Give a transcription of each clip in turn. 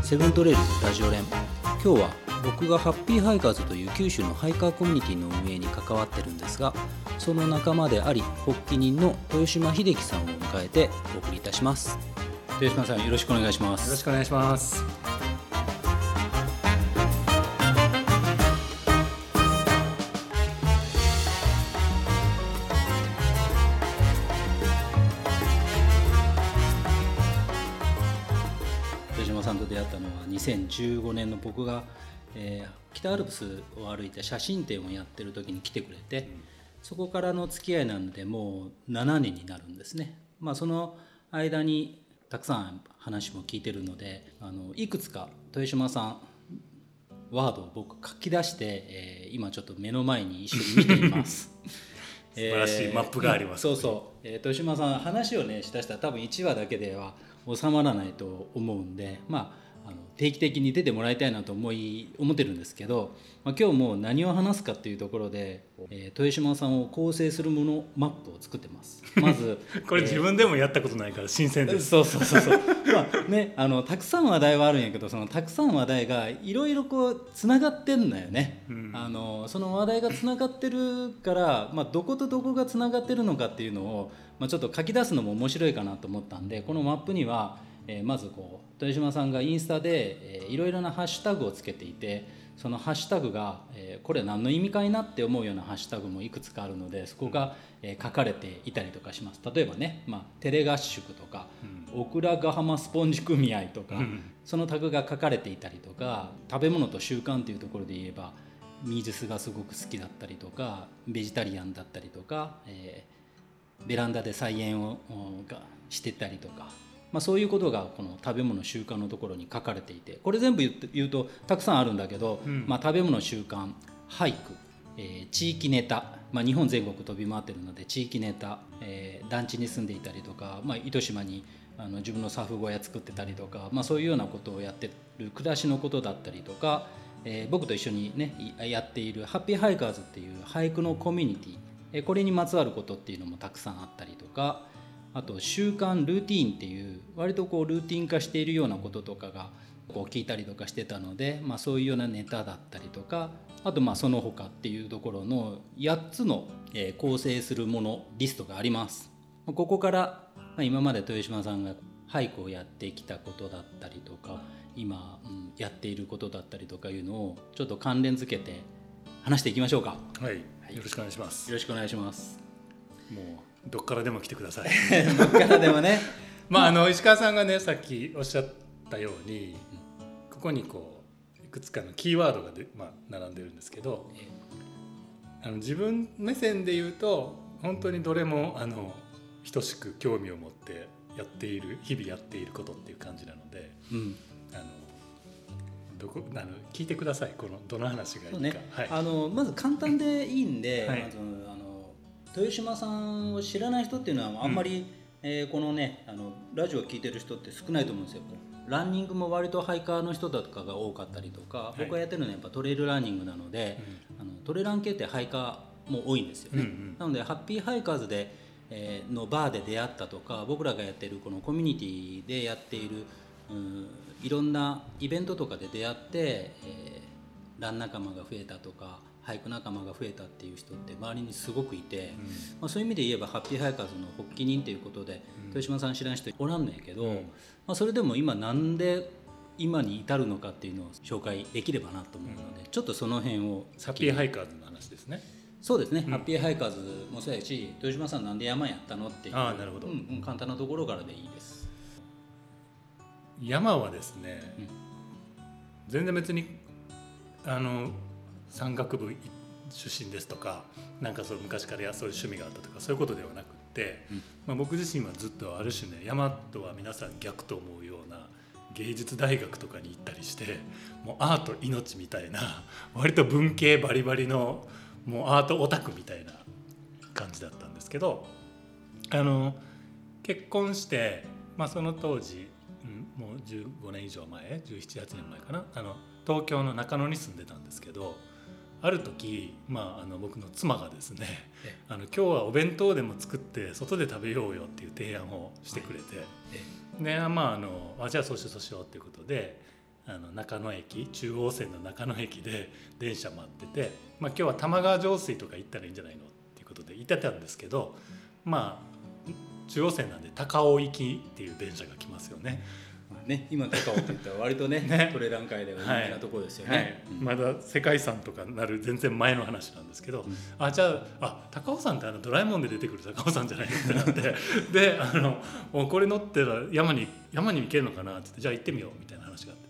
セブントレイルズラジオ連。今日は僕がハッピーハイカーズという九州のハイカーコミュニティの運営に関わってるんですが、その仲間であり発起人の豊島秀樹さんを迎えてお送りいたします。豊島さん、よろしくお願いします。 よろしくお願いします。 豊島さんと出会ったのは2015年の僕が、北アルプスを歩いた写真展をやってる時に来てくれて、そこからの付き合いなのでもう7年になるんですね。その間にたくさん話も聞いてるので、いくつか豊島さんワードを僕書き出して、今ちょっと目の前に一緒に見ています素晴らしいマップがあります、 そうそう、豊島さん話をねしだしたら多分1話だけでは収まらないと思うんで、定期的に出てもらいたいなと思ってるんですけど、今日も何を話すかっていうところで、豊島さんを構成するものマップを作ってます。まずこれ自分でもやったことないから新鮮です。 そうたくさん話題はあるんやけど、そのたくさん話題がいろいろこうつながってんだよね、その話題がつながってるから、どことどこがつながってるのかっていうのを、ちょっと書き出すのも面白いかなと思ったんで、このマップにはまずこう豊島さんがインスタでいろいろなハッシュタグをつけていて、そのハッシュタグがこれ何の意味かいなって思うようなハッシュタグもいくつかあるので、そこが書かれていたりとかします。例えばね、テレ合宿とか、オクラガ浜スポンジ組合とか、そのタグが書かれていたりとか、食べ物と習慣というところで言えばミージスがすごく好きだったりとか、ベジタリアンだったりとか、ベランダで菜園をしてたりとか、そういうことがこの食べ物習慣のところに書かれていて、これ全部言うとたくさんあるんだけど、食べ物習慣、俳句、地域ネタ、日本全国飛び回ってるので地域ネタ、団地に住んでいたりとか、糸島に自分のサーフ小屋作ってたりとか、そういうようなことをやってる暮らしのことだったりとか、僕と一緒にねやっているハッピーハイカーズっていう俳句のコミュニティ、これにまつわることっていうのもたくさんあったりとか、あと習慣ルーティーンっていう割とこうルーティン化しているようなこととかがこう聞いたりとかしてたので、そういうようなネタだったりとか、あとその他っていうところの8つの構成するものリストがあります。ここから今まで豊島さんが俳句をやってきたことだったりとか、今やっていることだったりとかいうのをちょっと関連付けて話していきましょうか。 はい、よろしくお願いします。 よろしくお願いします。 もうどっからでも来てくださいどっからでもね石川さんがねさっきおっしゃったように、ここにこういくつかのキーワードが並んでるんですけど、自分目線で言うと本当にどれも等しく興味を持って日々やっていることっていう感じなので、聞いてください。どの話がいいか、 ね、まず簡単でいいんで、まず豊島さんを知らない人っていうのはあんまり、このねラジオを聞いてる人って少ないと思うんですよ。ランニングも割とハイカーの人とかが多かったりとか、僕がやってるのはやっぱトレイルランニングなので、トレラン系ってハイカーも多いんですよね、なのでハッピーハイカーズで、のバーで出会ったとか、僕らがやってるこのコミュニティでやっているいろんなイベントとかで出会って、ラン仲間が増えたとか俳句仲間が増えたっていう人って周りにすごくいて、そういう意味で言えばハッピーハイカーズの発起人ということで、豊島さん知らない人おらんのやけど、それでも今なんで今に至るのかっていうのを紹介できればなと思うので、ちょっとその辺をハッピーハイカーズの話ですね。 そうですね、ハッピーハイカーズもそうやし、豊島さんなんで山やったのっていう、 なるほど、 簡単なところからでいいです。 山はですね、全然別に山岳部出身ですとか、そう昔からそういう趣味があったとかそういうことではなくて、僕自身はずっとある種ね、山とは皆さん逆と思うような芸術大学とかに行ったりして、もうアート命みたいな割と文系バリバリのもうアートオタクみたいな感じだったんですけど、結婚して、その当時、もう15年以上前、17、18年前かな、東京の中野に住んでたんですけど、ある時、僕の妻がですね、今日はお弁当でも作って外で食べようよっていう提案をしてくれて、でじゃあそうしようっていうことで、 中野駅、中央線の中野駅で電車待ってて、今日は玉川上水とか行ったらいいんじゃないのっていうことで行ってたんですけど、中央線なんで高尾行きっていう電車が来ますよね。 今高尾って言ったら割とねトレラン界では有名なところですよね、 まだ世界遺産とかなる全然前の話なんですけど、じゃあ高尾山ってドラえもんで出てくる高尾山じゃないのってなってでこれ乗ってたら山に行けるのかなって言って、じゃあ行ってみようみたいな話があって、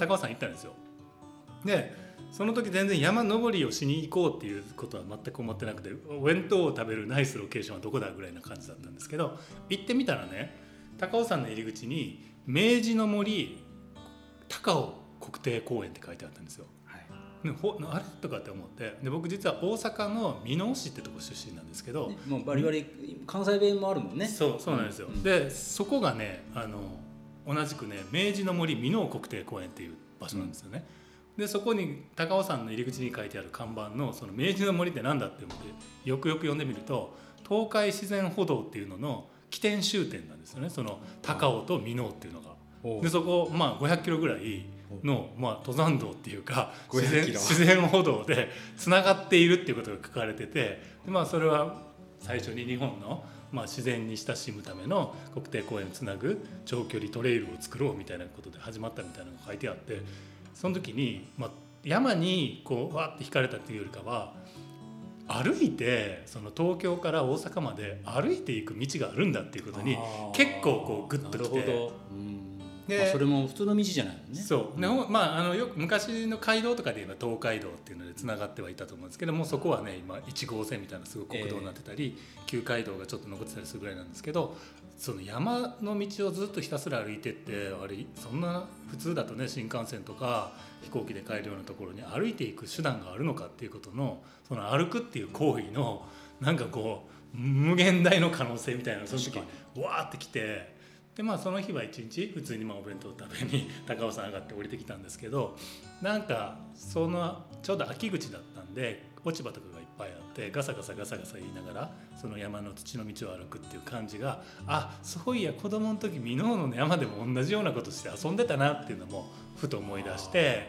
高尾山行ったんですよ。でその時全然山登りをしに行こうっていうことは全く思ってなくて、お弁当を食べるナイスロケーションはどこだぐらいな感じだったんですけど、行ってみたらね、高尾山の入り口に明治の森高尾国定公園って書いてあったんですよ、あれとかって思って、で僕実は大阪の箕面市ってとこ出身なんですけど、 もうバリバリ関西弁もあるもんね。 そうなんですよ、でそこがね同じくね明治の森箕面国定公園っていう場所なんですよね、でそこに高尾山の入り口に書いてある看板のその明治の森ってなんだって思ってよくよく読んでみると、東海自然歩道っていうのの起点終点なんですよね、その高尾と箕面っていうのが。でそこ500キロぐらいの登山道っていうか自然歩道でつながっているっていうことが書かれてて、でそれは最初に日本の自然に親しむための国定公園をつなぐ長距離トレイルを作ろうみたいなことで始まったみたいなのが書いてあって、その時に山にこうわって惹かれたっていうよりかは、歩いてその東京から大阪まで歩いていく道があるんだっていうことに結構こうグッときて、 それも普通の道じゃないもんね。 そうよく昔の街道とかで言えば東海道っていうのでつながってはいたと思うんですけども、そこはね今1号線みたいなすごい国道になってたり、旧街道がちょっと残ってたりするぐらいなんですけど、その山の道をずっとひたすら歩いてって、あれそんな普通だとね新幹線とか飛行機で帰るようなところに歩いていく手段があるのかっていうことの、その歩くっていう行為のなんかこう無限大の可能性みたいなのがその時わーってきて、でその日は一日普通にお弁当を食べに高尾山上がって降りてきたんですけど、なんかそのちょうど秋口だったんで落ち葉とかがいっぱいあってガサガサガサガサ言いながらその山の土の道を歩くっていう感じが、そういや子供の時箕面の山でも同じようなことして遊んでたなっていうのもふと思い出して、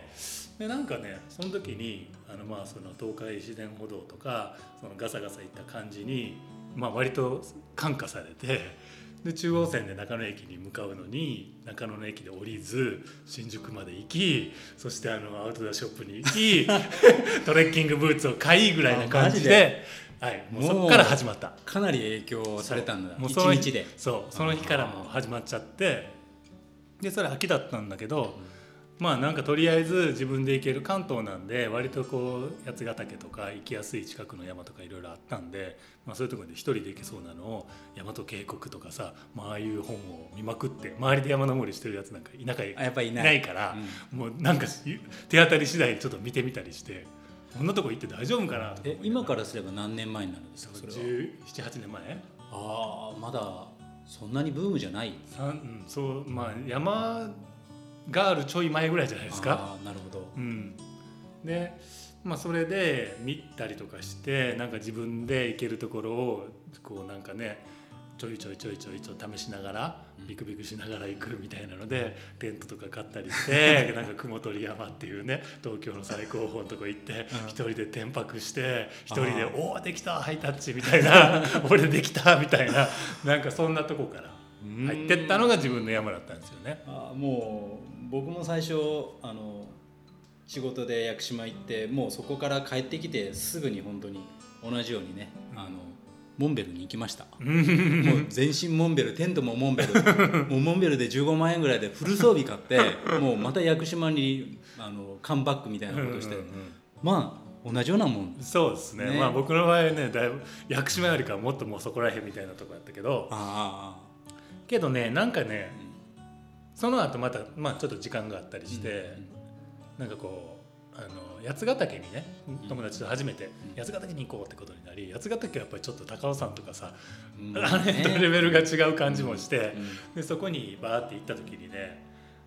でなんかねその時にその東海自然歩道とかそのガサガサいった感じに割と感化されて、で中央線で中野駅に向かうのに中野の駅で降りず新宿まで行き、そしてアウトドアショップに行きトレッキングブーツを買いぐらいな感じで、もうそこから始まった。 かなり影響されたんだ。 もう一日でその日からもう始まっちゃって、でそれ秋だったんだけど、なんかとりあえず自分で行ける関東なんで割とこう八ヶ岳とか行きやすい近くの山とかいろいろあったんで、そういうところで一人で行けそうなのを大和渓谷とかさ、ああいう本を見まくって、周りで山登りしてるやつなんかやっぱいないから、もうなんか手当たり次第ちょっと見てみたりして、こんなとこ行って大丈夫かなとか。 今からすれば何年前になるんですか？それは 17、8年前。 まだそんなにブームじゃない。 そう山があるちょい前ぐらいじゃないですか。 なるほど。 でそれで見たりとかしてなんか自分で行けるところをこうなんかねちょいちょい試しながらビクビクしながら行くみたいなのでテントとか買ったりしてなんか雲取山っていうね東京の最高峰のとこ行って一人で天泊して一人でおーできたハイタッチみたいな俺できたみたいななんかそんなとこから入ってったのが自分の山だったんですよね。 もう僕も最初仕事で屋久島行ってもうそこから帰ってきてすぐに本当に同じようにねモンベルに行きました。もう全身モンベル、テントもモンベルもうモンベルで15万円ぐらいでフル装備買ってもうまた屋久島にカムバックみたいなことして同じようなもん。 そうですね。僕の場合ねだいぶ屋久島よりかはもっともうそこら辺みたいなとこやったけどけどねなんかねその後またちょっと時間があったりして、なんかこう八ヶ岳にね友達と初めて八ヶ岳に行こうってことになり、八ヶ岳はやっぱりちょっと高尾山とかさ、あれとレベルが違う感じもして、でそこにバーって行った時にね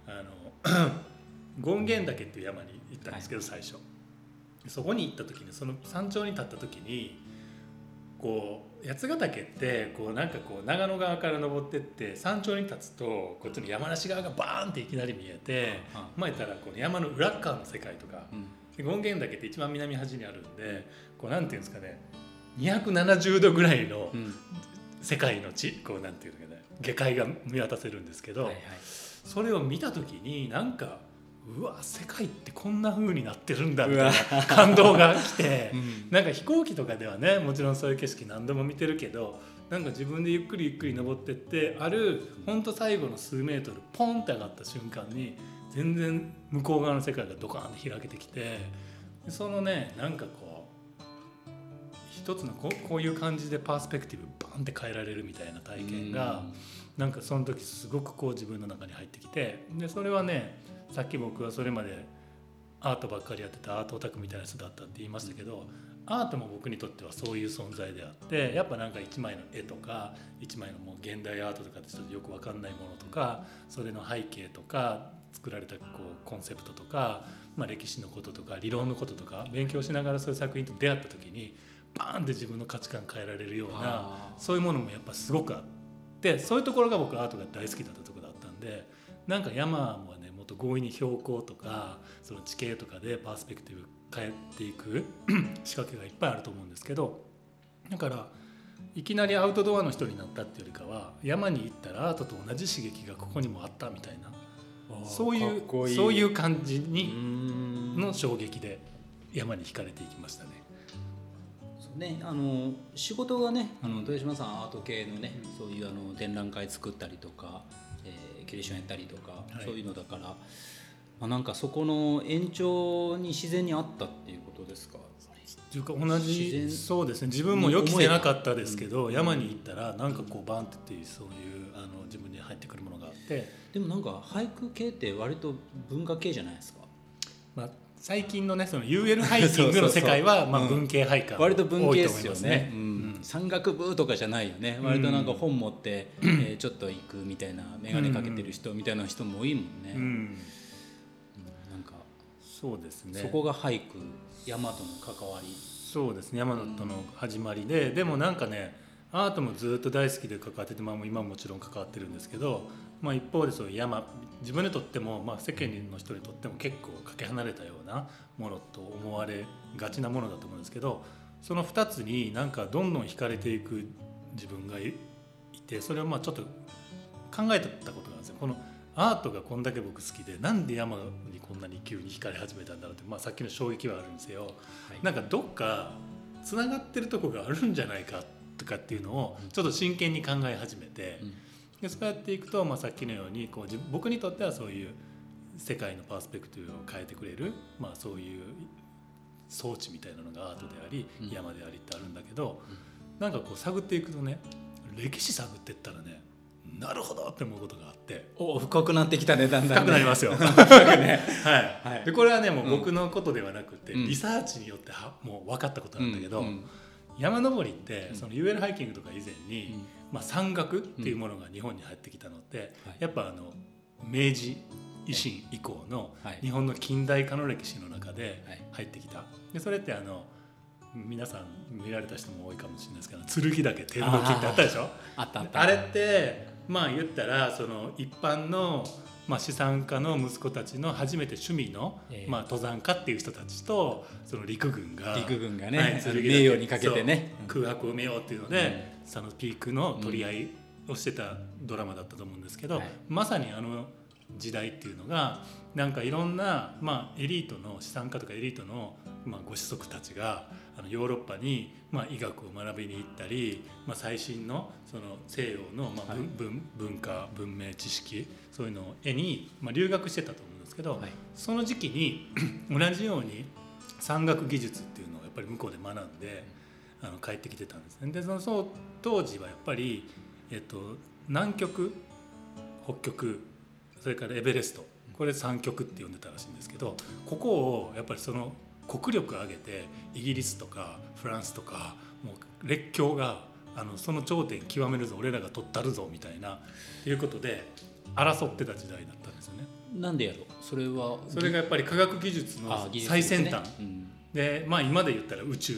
権現岳っていう山に行ったんですけど、最初そこに行った時にその山頂に立った時にこう八ヶ岳ってこうなんかこう長野側から登ってって山頂に立つとこっちの山梨側がバーンっていきなり見えて、まあ言ったらこの山の裏側の世界とか、権現岳って一番南端にあるんでこうなんていうんですかね270度ぐらいの世界のこうなんていうのかね下界が見渡せるんですけど、それを見た時になんかうわ世界ってこんな風になってるんだみたいな感動が来て、なんか飛行機とかではねもちろんそういう景色何度も見てるけどなんか自分でゆっくりゆっくり登ってってあるほんと最後の数メートルポンって上がった瞬間に全然向こう側の世界がドカーンって開けてきて、そのねなんかこう一つのこういう感じでパースペクティブバンって変えられるみたいな体験がなんかその時すごくこう自分の中に入ってきて、でそれはねさっき僕はそれまでアートばっかりやってたアートオタクみたいな人だったって言いましたけど、アートも僕にとってはそういう存在であって、やっぱなんか一枚の絵とか一枚のもう現代アートとかってちょっとよく分かんないものとかそれの背景とか作られたこうコンセプトとか、まあ、歴史のこととか理論のこととか勉強しながらそういう作品と出会った時にバーンって自分の価値観変えられるようなそういうものもやっぱすごくあって、そういうところが僕アートが大好きだったところだったんで、なんか山もねもっと強引に標高とかその地形とかでパースペクティブ変えていく仕掛けがいっぱいあると思うんですけど、だからいきなりアウトドアの人になったっていうよりかは山に行ったらアートと同じ刺激がここにもあったみたいな、そういう感じにの衝撃で山に惹かれていきましたね。 ね、仕事がね豊島さんアート系のねそういう展覧会作ったりとか、キュレーションやったりとか、そういうのだから、まあ、なんかそこの延長に自然にあったっていうことですか。 っていうか同じそうですね、自分も予期せなかったですけど、山に行ったらなんかこうバンってそういう自分に入ってくるものがあって、 でもなんか俳句系って割と文化系じゃないですか。 まあ最近のねその UL ハイキングの世界はまあ文系ハイカー割と文系ですよね。 うん山岳部とかじゃないよね。割となんか本持って、ちょっと行くみたいな眼鏡かけてる人みたいな人も多いもんね。なんかそうですね。 そこが俳句山との関わり。 そうですね、山との始まりで、でもなんかねアートもずっと大好きで関わってて、まあ、今ももちろん関わってるんですけど、まあ、一方でそういう山自分にとっても、まあ、世間の人にとっても結構かけ離れたようなものと思われがちなものだと思うんですけど、その2つになんかどんどん惹かれていく自分がいて、それをまあちょっと考えてたことなんですよ。このアートがこんだけ僕好きでなんで山にこんなに急に惹かれ始めたんだろうって、まあ、さっきの衝撃はあるんですよ。なんかどっかつながってるとこがあるんじゃないかとかっていうのをちょっと真剣に考え始めて、でそうやっていくと、まあ、さっきのようにこう僕にとってはそういう世界のパースペクティブを変えてくれる、まあ、そういう装置みたいなのがアートであり山でありってあるんだけど、なんかこう探っていくとね歴史探っていったらねなるほどって思うことがあって、 深くなってきたね、だんだん、 深くなりますよねはい、でこれはねもう僕のことではなくて、リサーチによってもう分かったことなんだけど、山登りってその UL ハイキングとか以前に、まあ、山岳っていうものが日本に入ってきたのって、やっぱ明治維新以降の日本の近代化の歴史の中で入ってきた。でそれって皆さん見られた人も多いかもしれないですけど剣岳天の木ってあったでしょ。あれってまあ言ったらその一般のまあ資産家の息子たちの初めて趣味のまあ登山家っていう人たちとその陸軍がね、名誉にかけてね空白を埋めようっていうので、そのピークの取り合いをしてたドラマだったと思うんですけど、まさに時代っていうのがなんかいろんなまあエリートの資産家とかエリートのまあご子息たちがヨーロッパにまあ医学を学びに行ったり、まあ、最新のその西洋のまあ文化文明知識そういうのを絵にまあ留学してたと思うんですけど、その時期に同じように山岳技術っていうのをやっぱり向こうで学んで帰ってきてたんですね。でその当時はやっぱり、南極北極それからエベレスト、これ3極って呼んでたらしいんですけど、ここをやっぱりその国力を上げてイギリスとかフランスとかもう列強がその頂点極めるぞ俺らが取ったるぞみたいないうことで争ってた時代だったんですよね。 なんでやろう。それがやっぱり科学技術の最先端で、まあ、今で言ったら宇宙とかで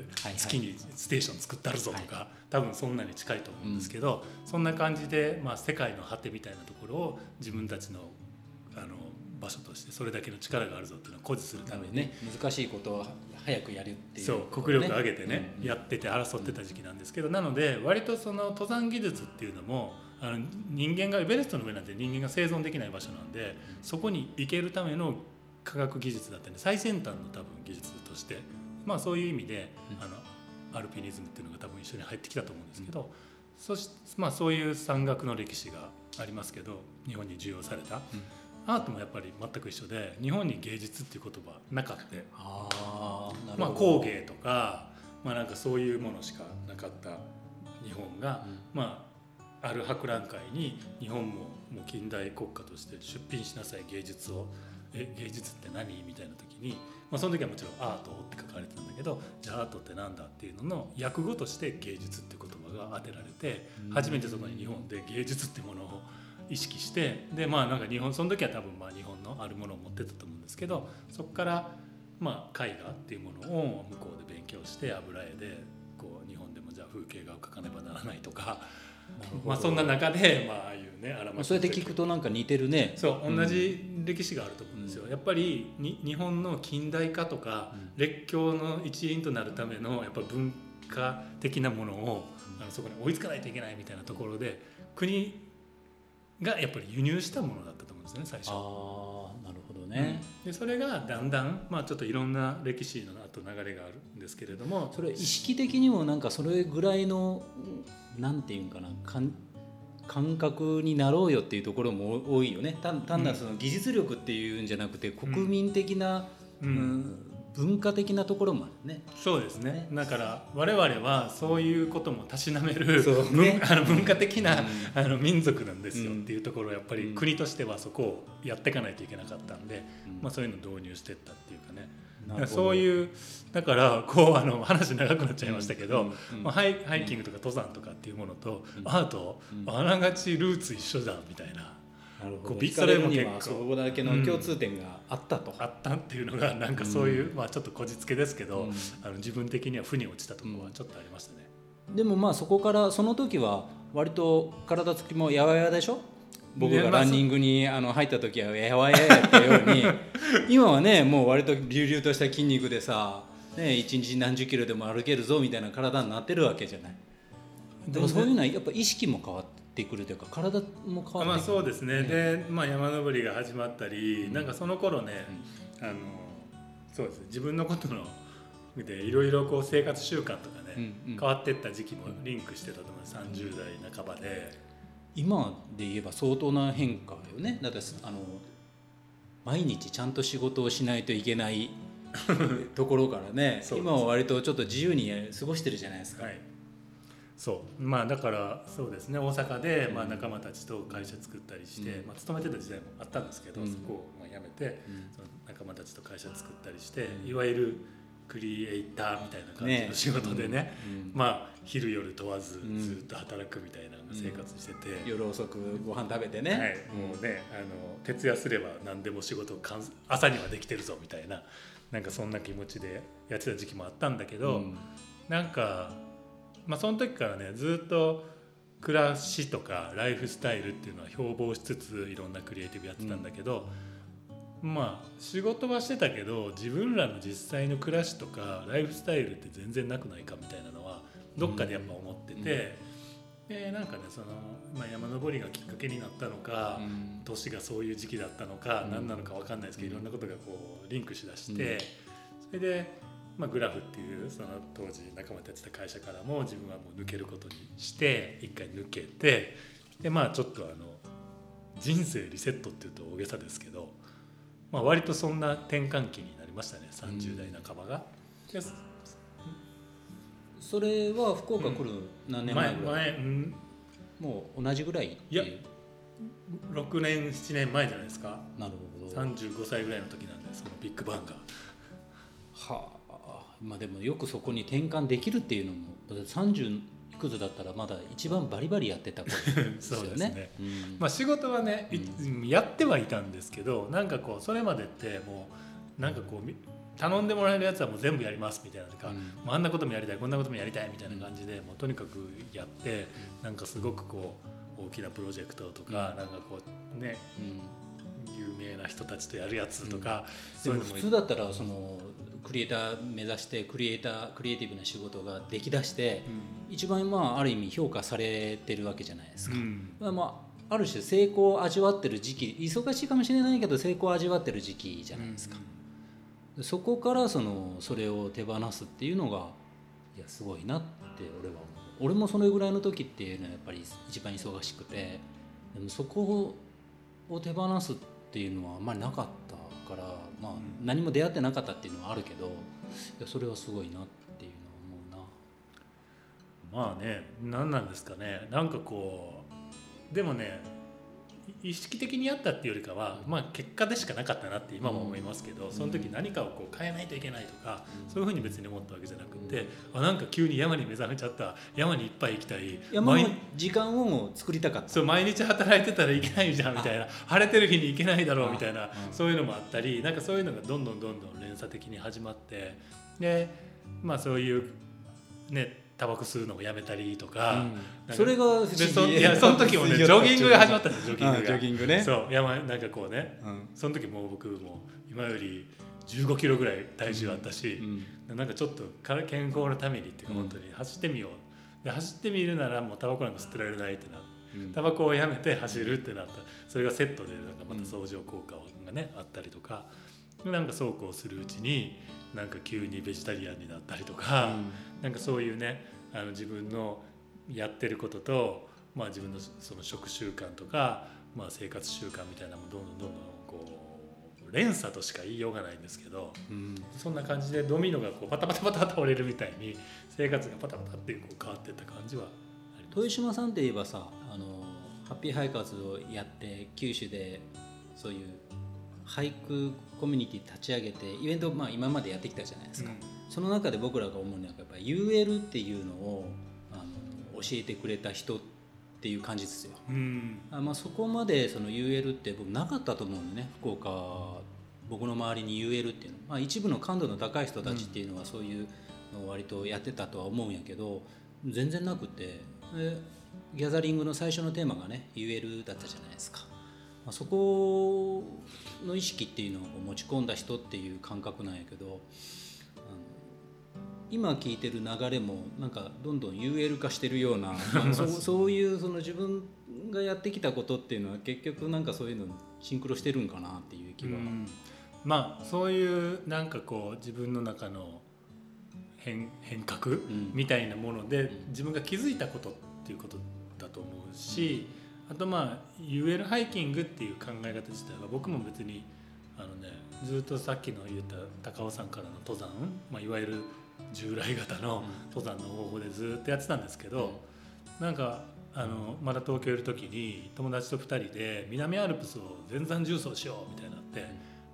月にステーション作ったるぞとか、多分そんなに近いと思うんですけど、そんな感じで、世界の果てみたいなところを自分たちの場所としてそれだけの力があるぞっていうのを誇示するために、 ね、難しいことを早くやるっていう、 そう国力を上げてね、やってて争ってた時期なんですけど、なので割とその登山技術っていうのも人間がエベレストの上なんて人間が生存できない場所なんで、そこに行けるための科学技術だったり最先端の多分技術として、そういう意味でアルピニズムっていうのが多分一緒に入ってきたと思うんですけど、そういう山岳の歴史がありますけど、日本に授与された、アートもやっぱり全く一緒で、日本に芸術っていう言葉なかった。工芸とか、なんかそういうものしかなかった日本が、ある博覧会に日本もう近代国家として出品しなさい芸術を、芸術って何みたいな時に、その時はもちろんアートって書かれてたんだけど、じゃあアートってなんだっていうのの訳語として芸術っていう言葉が当てられて、初めてそこに日本で芸術っていうものを意識して、でなんか日本その時は多分日本のあるものを持ってたと思うんですけど、そこから絵画っていうものを向こうで勉強して油絵でこう日本でもじゃあ風景画を描かねばならないとか、そんな中でああいうねそうやって聞くとなんか似てるね。 そう同じ歴史があると思うんですよ。やっぱり日本の近代化とか列強の一員となるためのやっぱ文化的なものをそこに追いつかないといけないみたいなところで、国がやっぱり輸入したものだったと思うんですね、最初。 なるほどね。 でそれがだんだんちょっといろんな歴史の後流れがあるんですけれども、 それ意識的にもなんかそれぐらいのなんていうんかな感覚になろうよっていうところも多いよね。単なるその技術力っていうんじゃなくて、国民的な、文化的なところもあるね。 そうですね。だから我々はそういうこともたしなめる、 ね、 文化的な、民族なんですよっていうところをやっぱり国としてはそこをやっていかないといけなかったんで、そういうのを導入していったっていうかね。そういうだから話長くなっちゃいましたけど、ハイキングとか登山とかっていうものと、アートあながちルーツ一緒だみたいな。 なるほど。それも結構そこだけの共通点があったと、 あったっていうのがなんかそういう、ちょっとこじつけですけど、自分的には負に落ちたところはちょっとありましたね。 でもそこからその時は割と体つきもやわやわでしょ。僕がランニングに入った時はやわややったように今はねもう割と隆々とした筋肉でさ、1日何十キロでも歩けるぞみたいな体になってるわけじゃない。でもそういうのはやっぱ意識も変わってくるというか体も変わってくる、 そうですね。で、山登りが始まったり、なんかその頃ね、そうですね、自分のことのでいろいろこう生活習慣とかね、変わっていった時期もリンクしてたと思います。30代半ばで。 今で言えば相当な変化よね。だって毎日ちゃんと仕事をしないといけないところからね今は割とちょっと自由に過ごしてるじゃないですか。 そうだからそうですね、大阪で仲間たちと会社作ったりして、勤めてた時代もあったんですけど、そこを辞めて、その仲間たちと会社作ったりして、いわゆるクリエイターみたいな感じの仕事でね、昼夜問わずずっと働くみたいな生活してて、 夜遅くご飯食べてね、 もうね徹夜すれば何でも仕事朝にはできてるぞみたいな、なんかそんな気持ちでやってた時期もあったんだけど、なんかその時からねずっと暮らしとかライフスタイルっていうのは標榜しつついろんなクリエイティブやってたんだけど、仕事はしてたけど自分らの実際の暮らしとかライフスタイルって全然なくないかみたいなのはどっかでやっぱ思ってて、でなんかね山登りがきっかけになったのか、年がそういう時期だったのか、何なのか分かんないですけど、いろんなことがこうリンクしだして、それでグラフっていうその当時仲間たちの会社からも自分はもう抜けることにして一回抜けて、でちょっと人生リセットっていうと大げさですけど、割とそんな転換期になりましたね、30代半ばが。 それは福岡来る何年前ぐらい？もう同じぐらいっていう？ いや6年7年前じゃないですか。 なるほど。 35歳ぐらいの時なんで、そのビッグバンが。 でもよくそこに転換できるっていうのも、30いくつだったらまだ一番バリバリやってた頃ですよね。そうですね。 仕事はね、やってはいたんですけど、なんかこうそれまでってもうなんかこう頼んでもらえるやつはもう全部やりますみたいなとか、もうあんなこともやりたいこんなこともやりたいみたいな感じで、もうとにかくやって、なんかすごくこう大きなプロジェクトとか、なんかこうね、有名な人たちとやるやつとか、 でも普通だったらそのクリエイター目指してクリエイティブな仕事ができだして、一番ある意味評価されてるわけじゃないですか。ある種成功を味わってる時期、忙しいかもしれないけど成功を味わってる時期じゃないですか。そこからそれを手放すっていうのがいやすごいなって俺は思う。俺もそれぐらいの時っていうのはやっぱり一番忙しくて、でもそこを手放すっていうのはあんまりなかったから、何も出会ってなかったっていうのはあるけど、いやそれはすごいなっていうのは思うな。 まあね、何なんですかね、なんかこうでもね、意識的にやったっていうよりかは、結果でしかなかったなって今も思いますけど、その時何かをこう変えないといけないとか、そういうふうに別に思ったわけじゃなくて、なんか急に山に目覚めちゃった、山にいっぱい行きたい、 山の時間を作りたかった、 そう毎日働いてたらいけないじゃんみたいな、晴れてる日に行けないだろうみたいな、そういうのもあったり、なんかそういうのがどんどん連鎖的に始まって、でそういうねタバコ吸うのをやめたりとか、 それが不思議。 いやその時もねジョギングが始まったんですよ。ジョギングね。 そうなんかこうね、その時もう僕も今より15キロぐらい体重あったし、なんかちょっと健康のためにっていうか本当に走ってみよう。で走ってみるならもうタバコなんか吸ってられないってなって、タバコをやめて走るってなった。それがセットでなんかまた相乗効果がねあったりとか、なんかそうこうするうちになんか急にベジタリアンになったりとか、なんかそういうね自分のやってることと、自分のその食習慣とか、生活習慣みたいなのもどんどんこう連鎖としか言いようがないんですけど、そんな感じでドミノがこうパタパタパタ倒れるみたいに生活がパタパタってこう変わっていった感じはあります。 豊島さんって言えばさ、ハッピーハイカーズをやって九州でそういう俳句コミュニティ立ち上げてイベントを今までやってきたじゃないですか。その中で僕らが思うのはやっぱり UL っていうのを教えてくれた人っていう感じですよ。そこまでその UL って僕なかったと思うんでね、福岡僕の周りに UL っていうの、一部の感度の高い人たちっていうのはそういうのを割とやってたとは思うんやけど、全然なくて、ギャザリングの最初のテーマがね UL だったじゃないですか。そこの意識っていうのを持ち込んだ人っていう感覚なんやけど、今聞いてる流れもなんかどんどん UL 化してるようなそういうその自分がやってきたことっていうのは結局なんかそういうのシンクロしてるんかなっていう気は、 そういうなんかこう自分の中の変革みたいなもので自分が気づいたことっていうことだと思うし、あとUL ハイキングっていう考え方自体は僕も別にずっとさっきの言った高尾山からの登山、いわゆる従来型の登山の方法でずっとやってたんですけど、なんかまだ東京いる時に友達と2人で南アルプスを全山縦走しようみたいになって、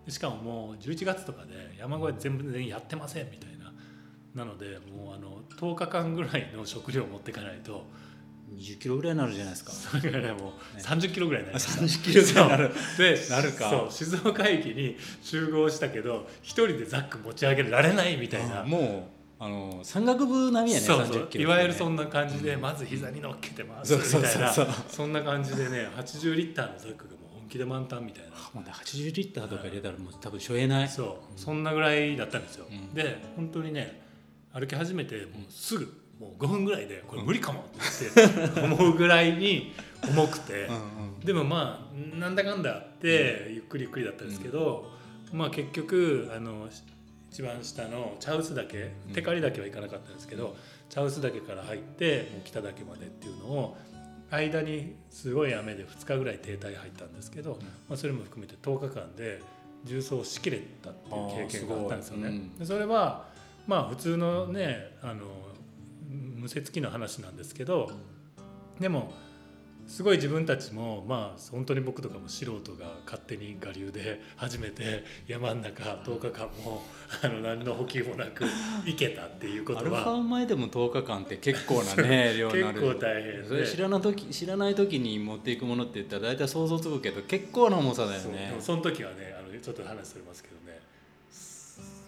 しかももう11月とかで山越え全然やってませんみたいな、なのでもう10日間ぐらいの食料を持っていかないと 20キロぐらいになるじゃないですか。 それぐらいもう30キロぐらいになりました。 30キロぐらいになる。 でなるか。 そう静岡駅に集合したけど一人でザック持ち上げられないみたいな。 もう山岳部並みやね。 30キロ、いわゆるそんな感じで、まず膝に乗っけてますみたいな、そんな感じでね、80リッターのザックがもう本気で満タンみたいな。 80リッターとか入れたらもう多分しょえない。 そんなぐらいだったんですよ。で本当にね歩き始めてもうすぐもう5分ぐらいでこれ無理かもって思うぐらいに重くてでもなんだかんだあってゆっくりだったんですけど、結局一番下の茶臼岳、テカリ岳は行かなかったんですけど、茶臼岳から入ってもう北岳までっていうのを間にすごい雨で2日ぐらい停滞入ったんですけど、それも含めて10日間で縦走しきれたっていう経験があったんですよね。でそれは普通のね無節期の話なんですけど、でもすごい自分たちも本当に僕とかも素人が勝手に我流で始めて山の中10日間も何の補給もなく行けたっていうことはアルファ前でも10日間って結構なね量になる。 結構大変で、 それ知らない時に持っていくものって言ったら大体想像つくけど結構な重さだよね。 でもその時はねちょっと話それますけどね、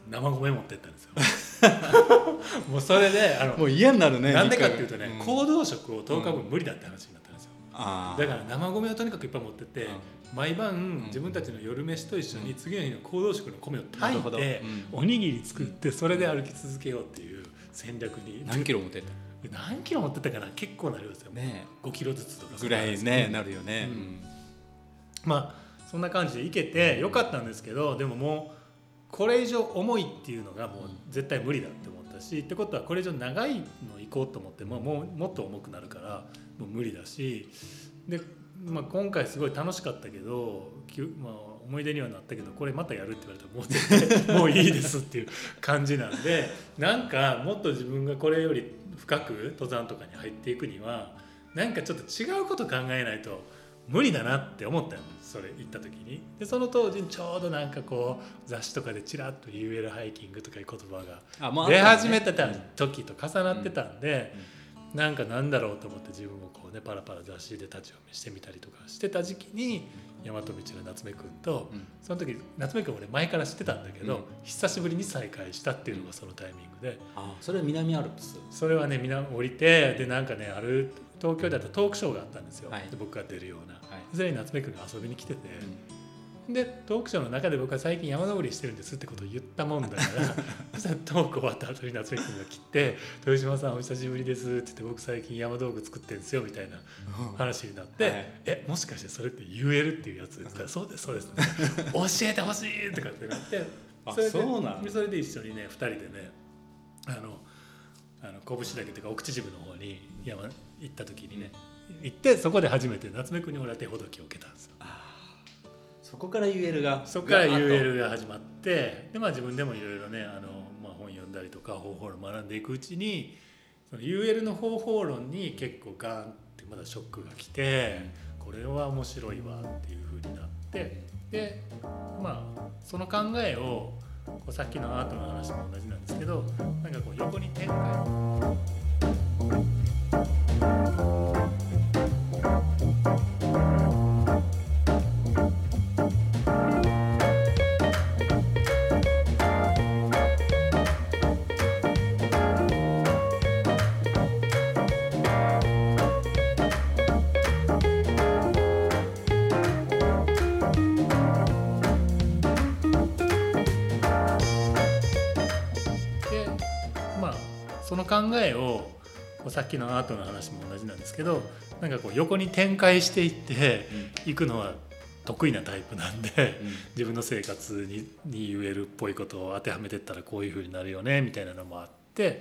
生米持ってったんですよもうそれでもう嫌になるね。 なんでかっていうとね、行動食を10日分無理だって話になったんですよ、だから生米をとにかくいっぱい持ってって、毎晩自分たちの夜飯と一緒に次の日の行動食の米を炊いて、おにぎり作ってそれで歩き続けようっていう戦略に。 何キロ持ってった？ 何キロ持ってったかな、結構な量ですよね。5キロずつとかぐらいね、なるよね、 まあそんな感じでいけてよかったんですけど、でももうこれ以上重いっていうのがもう絶対無理だって思ったし、ってことはこれ以上長いの行こうと思ってももっと重くなるからもう無理だし、で、今回すごい楽しかったけど、思い出にはなったけど、これまたやるって言われたらもう絶対もういいですっていう感じなんで、なんかもっと自分がこれより深く登山とかに入っていくにはなんかちょっと違うこと考えないと無理だなって思ったんです。それ行った時に。でその当時にちょうどなんかこう雑誌とかでチラッと UL ハイキングとかいう言葉が出始めてた時と重なってたんで、なんかなんだろうと思って自分もこうねパラパラ雑誌で立ち読みしてみたりとかしてた時期に大和道の夏目くんと、その時夏目くん俺前から知ってたんだけど、久しぶりに再会したっていうのがそのタイミングで、 それは南アルプス？それはね南降りて、でなんかね東京だとトークショーがあったんですよ、で僕が出るような、それに夏目くんが遊びに来てて、でトークショーの中で僕は最近山登りしてるんですってことを言ったもんだからそしたらトーク終わった後に夏目くんが来て「豊島さんお久しぶりです」って言って「僕最近山道具作ってるんですよ」みたいな話になって「もしかしてそれって言えるっていうやつ?」って言ったら「そうですそうです」教えてほしいとかってなって、それで一緒にね2人でね拳岳というか奥秩父の方に山行った時にね行って、そこで初めて夏目くんに俺は手ほどきを受けたんですよ。 そこから UL が始まって、で自分でもいろいろね本読んだりとか方法論学んでいくうちに、その UL の方法論に結構ガーンってまだショックが来て、これは面白いわっていう風になって、でその考えをさっきのアートの話も同じなんですけど、なんかこう横に展開その考えをさっきのアートの話も同じなんですけど、なんかこう横に展開していっていくのは得意なタイプなんで、自分の生活に言えるっぽいことを当てはめてったらこういう風になるよねみたいなのもあって、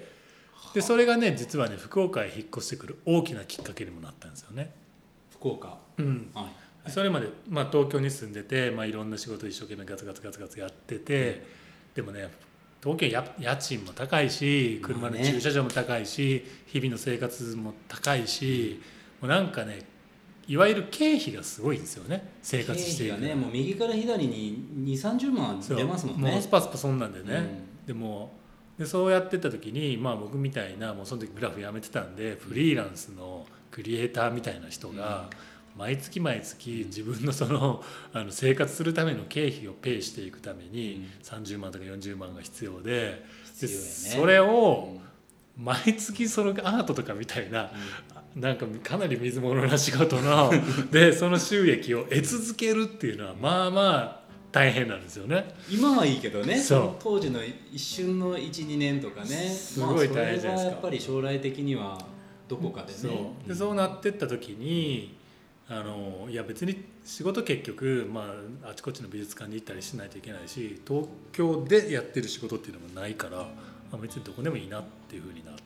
でそれがね実はね福岡へ引っ越してくる大きなきっかけにもなったんですよね。 福岡、 それまで、東京に住んでて、いろんな仕事一生懸命ガツガツやってて、でもね東京家賃も高いし、車の駐車場も高いし、日々の生活も高いし、もうなんかねいわゆる経費がすごいんですよね。生活している経費がねもう右から左に2、30万出ますもんね。 もうスパスパそんなんでね、でそうやってた時に僕みたいなもうその時グラフやめてたんで、フリーランスのクリエイターみたいな人が毎月自分のその生活するための経費をペイしていくために30万とか40万が必要で、それを毎月そのアートとかみたいな、なんかかなり水物な仕事のでその収益を得続けるっていうのは大変なんですよね。 今はいいけどね、その当時の一瞬の 1,2 年とかね、 すごい大変じゃないですか。 それはやっぱり将来的にはどこかでね。 そうなってった時にいや別に仕事結局、あちこちの美術館に行ったりしないといけないし、東京でやってる仕事っていうのもないから、別にどこでもいいなっていう風になって、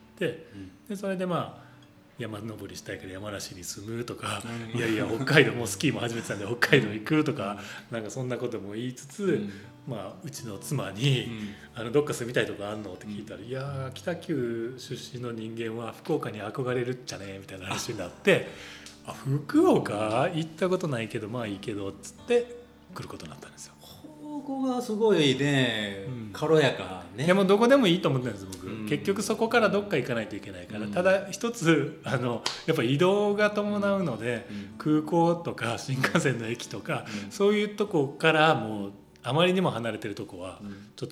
でそれで山登りしたいから山梨に住むとか、いや北海道もうスキーも始めてたんで北海道行くとか、なんかそんなことも言いつつ、うちの妻に、どっか住みたいとこあんのって聞いたら、いや北九出身の人間は福岡に憧れるっちゃねみたいな話になって、福岡行ったことないけどいいけどっつって来ることになったんですよ。 ここがすごいね、軽やかね。 でもどこでもいいと思ってるんです僕、結局そこからどっか行かないといけないから、ただ一つやっぱ移動が伴うので、空港とか新幹線の駅とか、そういうとこからもうあまりにも離れてるとこはちょっと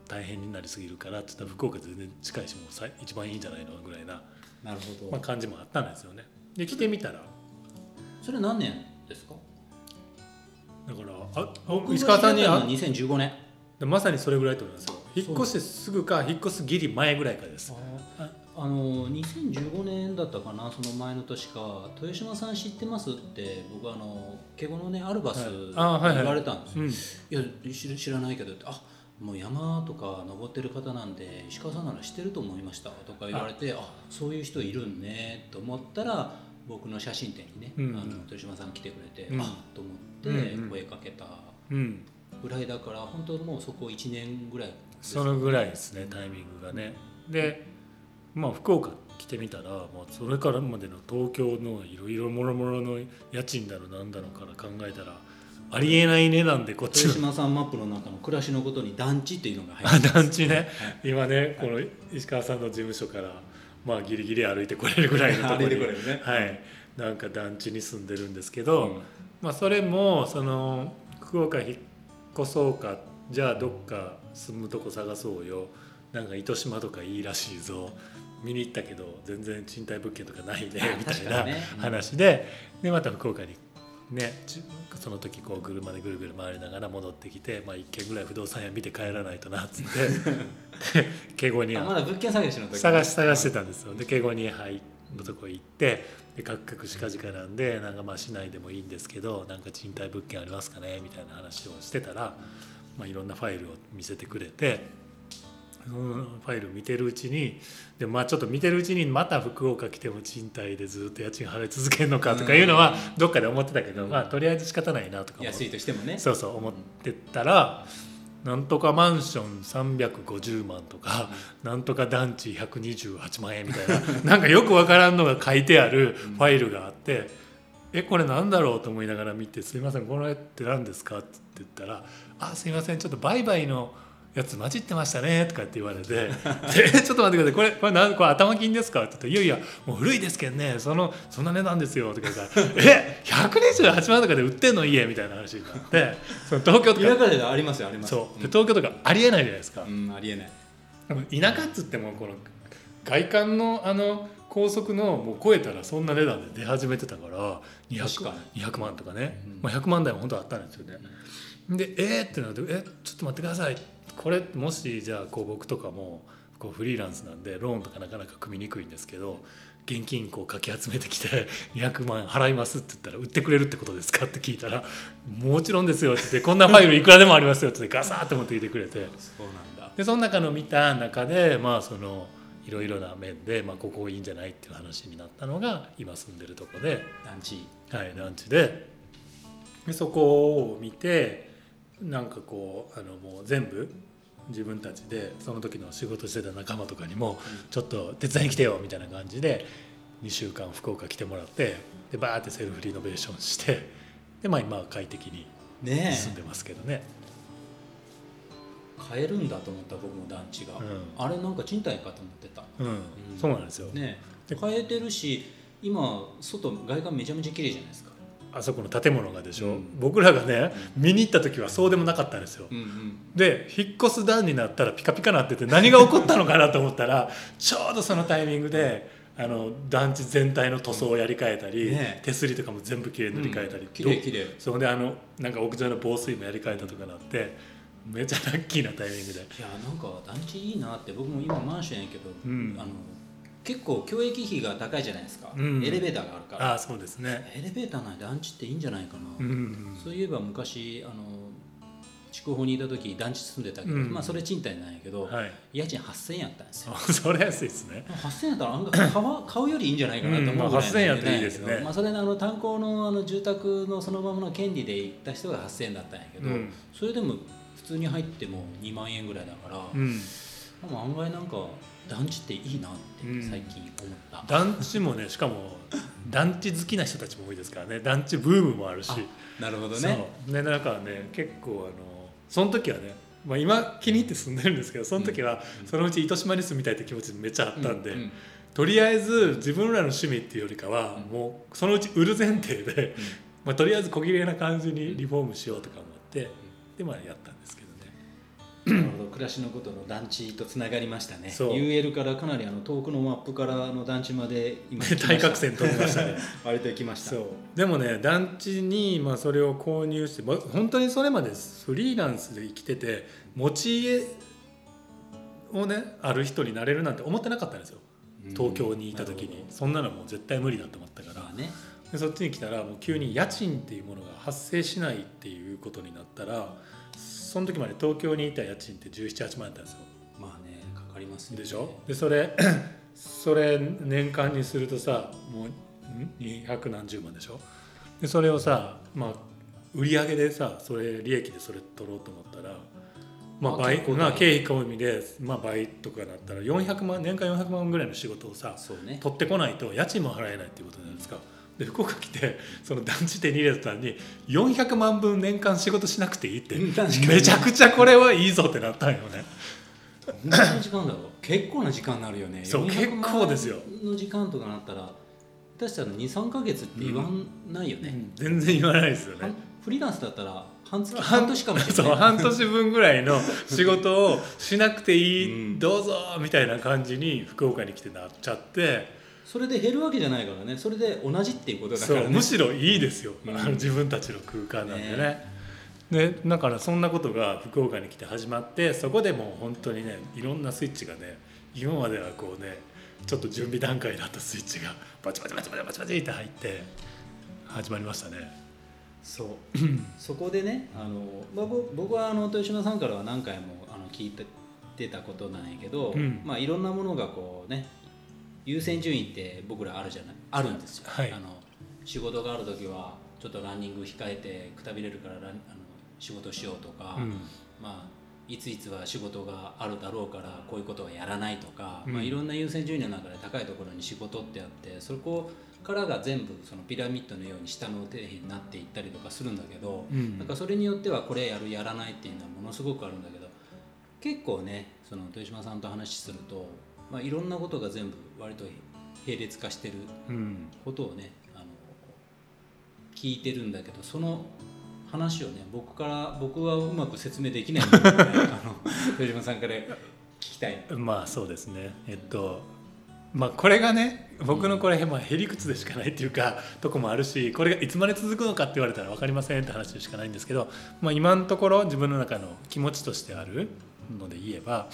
大変になりすぎるからって言ったら福岡全然近いしもう一番いいんじゃないのぐらいな、 なるほど、 感じもあったんですよね。で来てみたらそれ何年ですか？ だから僕石川さんにが2015年まさにそれぐらいと思いますよ。引っ越してすぐか引っ越すギリ前ぐらいかです。 2015年だったかな、その前の年か、豊島さん知ってますって僕敬語のねアルバス言われたんですよ、いや知らないけどって、もう山とか登ってる方なんで石川さんなら知ってると思いましたとか言われて、そういう人いるんねと思ったら僕の写真展にね、豊島さん来てくれて、と思って声かけたぐらいだから、本当もうそこ1年ぐらいですかね。 そのぐらいですね、タイミングがね。で福岡来てみたら、それからまでの東京のいろいろもろもろの家賃だろなんだろから考えたらありえない値段でこっち豊島さんマップの中の暮らしのことに団地っていうのが入ってます。 団地ね、今ねこの石川さんの事務所からギリギリ歩いてこれるぐらいのところになんか団地に住んでるんですけど、それもその福岡引っ越そうか、じゃあどっか住むとこ探そうよ、なんか糸島とかいいらしいぞ、見に行ったけど全然賃貸物件とかないねみたいな話で、また福岡にねその時こう車でぐるぐる回りながら戻ってきて、一軒ぐらい不動産屋見て帰らないとなっつって敬語にまだ物件探しの時探してたんですよ。で敬語に入るとこ行ってでカクカクしかじかなんで、なんか市内でもいいんですけどなんか賃貸物件ありますかねみたいな話をしてたら、いろんなファイルを見せてくれて、ファイル見てるうちにでちょっと見てるうちにまた福岡来ても賃貸でずっと家賃払い続けるのかとかいうのはどっかで思ってたけど、とりあえず仕方ないなとか安いとしてもねそう思ってたら、なんとかマンション350万とか、なんとか団地128万円みたいななんかよくわからんのが書いてあるファイルがあって、これなんだろうと思いながら見て、すいませんこの絵って何ですかって言ったら、すいませんちょっと売買のやつ混じってましたねとかって言われてちょっと待ってください、これ頭金ですかって言って、いやもう古いですけどね、そんな値段ですよとか言ったら128万とかで売ってんの家みたいな話になって、その東京とか田舎でありますよあります。 そうで東京とかありえないじゃないですか、 ありえない。 田舎っつってもこの外観の高速のもう超えたらそんな値段で出始めてたから200万とかね、100万台も本当あったんですよね。でってなってちょっと待ってください、これもしじゃあ僕とかもフリーランスなんでローンとかなかなか組みにくいんですけど、現金かき集めてきて200万円払いますって言ったら売ってくれるってことですかって聞いたら、もちろんですよって言って、こんなファイルいくらでもありますよってガサーって持ってきてくれて、 そうなんだ。 でその中の見た中でそのいろいろな面でここいいんじゃないっていう話になったのが今住んでるとこで団地団地でそこを見て、なんかもう全部自分たちでその時の仕事してた仲間とかにもちょっと手伝いに来てよみたいな感じで2週間福岡来てもらって、でバーってセルフリノベーションして、で今は快適に住んでますけどね。 買えるんだと思った僕も団地が、あれなんか賃貸かと思ってた。 そうなんですよね。買えてるし、今外観めちゃめちゃ綺麗じゃないですか。 あそこの建物がでしょ、僕らがね見に行った時はそうでもなかったんですよ、で引っ越す段になったらピカピカなってて、何が起こったのかなと思ったらちょうどそのタイミングで団地全体の塗装をやり替えたり、手すりとかも全部きれいに塗り替えたり、 きれいそれでなんか屋上の防水もやり替えたとかなって、めっちゃラッキーなタイミングで、 いやなんか団地いいなって。僕も今マンションやけど、結構教育費が高いじゃないですか、エレベーターがあるから。 そうですね、 エレベーターない団地っていいんじゃないかな、そういえば昔筑豊にいた時団地住んでたけど、それ賃貸なんやけど、家賃8000円やったんですよ。 それ安いですね。 8000円やったら案外買うよりいいんじゃないかなと思うぐらい 8000円やったらいいですね。 それで単行の住宅のそのままの権利で行った人が8000円だったんやけど、それでも普通に入っても2万円ぐらいだから、案外なんか団地っていいなって最近思った、 団地もね、しかも団地好きな人たちも多いですからね。団地ブームもあるし。 なるほどね。 そうだからね、結構その時はね、今気に入って住んでるんですけど、その時はそのうち糸島に住みたいって気持ちめっちゃあったんで、とりあえず自分らの趣味っていうよりかは、もうそのうち売る前提で、とりあえず小綺麗な感じにリフォームしようとか思って、でやったんですけどね。 なるほど、暮らしのことの団地とつながりましたね。 そう UL からかなり遠くのマップからの団地まで今来ました対角線飛びましたね割と行きました。 そうでもね団地にそれを購入して、本当にそれまでフリーランスで生きてて持ち家をねある人になれるなんて思ってなかったんですよ。東京にいた時にそんなのもう絶対無理だと思ったから、 ね、 でそっちに来たらもう急に家賃っていうものが発生しないっていうことになったら、その時まで東京にいた家賃って17、8万円だったんですよ。 まあね、かかりますよね。 でしょ。でそれ年間にするとさもう200何十万でしょ。でそれをさ、売り上げでさそれ利益でそれ取ろうと思ったら倍、経費込みで、倍とかなったら400万年間400万ぐらいの仕事をさ、 ね、 取ってこないと家賃も払えないっていうことじゃないですか。で福岡来てその団地手に入れたのに400万分年間仕事しなくていいってめちゃくちゃこれはいいぞってなったんよね。 どんな時間だろう。結構な時間になるよね。 そう結構ですよ。 の時間とかなったら下手したら 2,3 ヶ月って言わないよね、 全然言わないですよね。 フリーランスだったら半年かもしれない。 そう半年分ぐらいの仕事をしなくていい、どうぞみたいな感じに福岡に来てなっちゃって、 それで減るわけじゃないからね。それで同じっていうことだからね。 そうむしろいいですよ、自分たちの空間なんでね。でだからそんなことが福岡に来て始まって、そこでもう本当にねいろんなスイッチがね、今まではこうねちょっと準備段階だったスイッチがバチバチバチバチバチバチって入って始まりましたね。 そうそこでね僕は豊島さんからは何回も聞いてたことなんやけど、いろんなものがこうね優先順位って僕らあるんですよ、はい、仕事がある時はちょっとランニング控えてくたびれるから仕事しようとか、いついつは仕事があるだろうからこういうことはやらないとか、いろんな優先順位の中で高いところに仕事ってあって、そこからが全部そのピラミッドのように下の底辺になっていったりとかするんだけど、なんかそれによってはこれやるやらないっていうのはものすごくあるんだけど、結構ねその豊島さんと話すると、いろんなことが全部割と並列化してることをね、聞いてるんだけど、その話をね僕はうまく説明できないので、豊島さんから聞きたい。 そうですね。これがね僕のこれへりくつでしかないっていうかとこもあるし、これがいつまで続くのかって言われたら分かりませんって話でしかないんですけど、今のところ自分の中の気持ちとしてあるので言えば、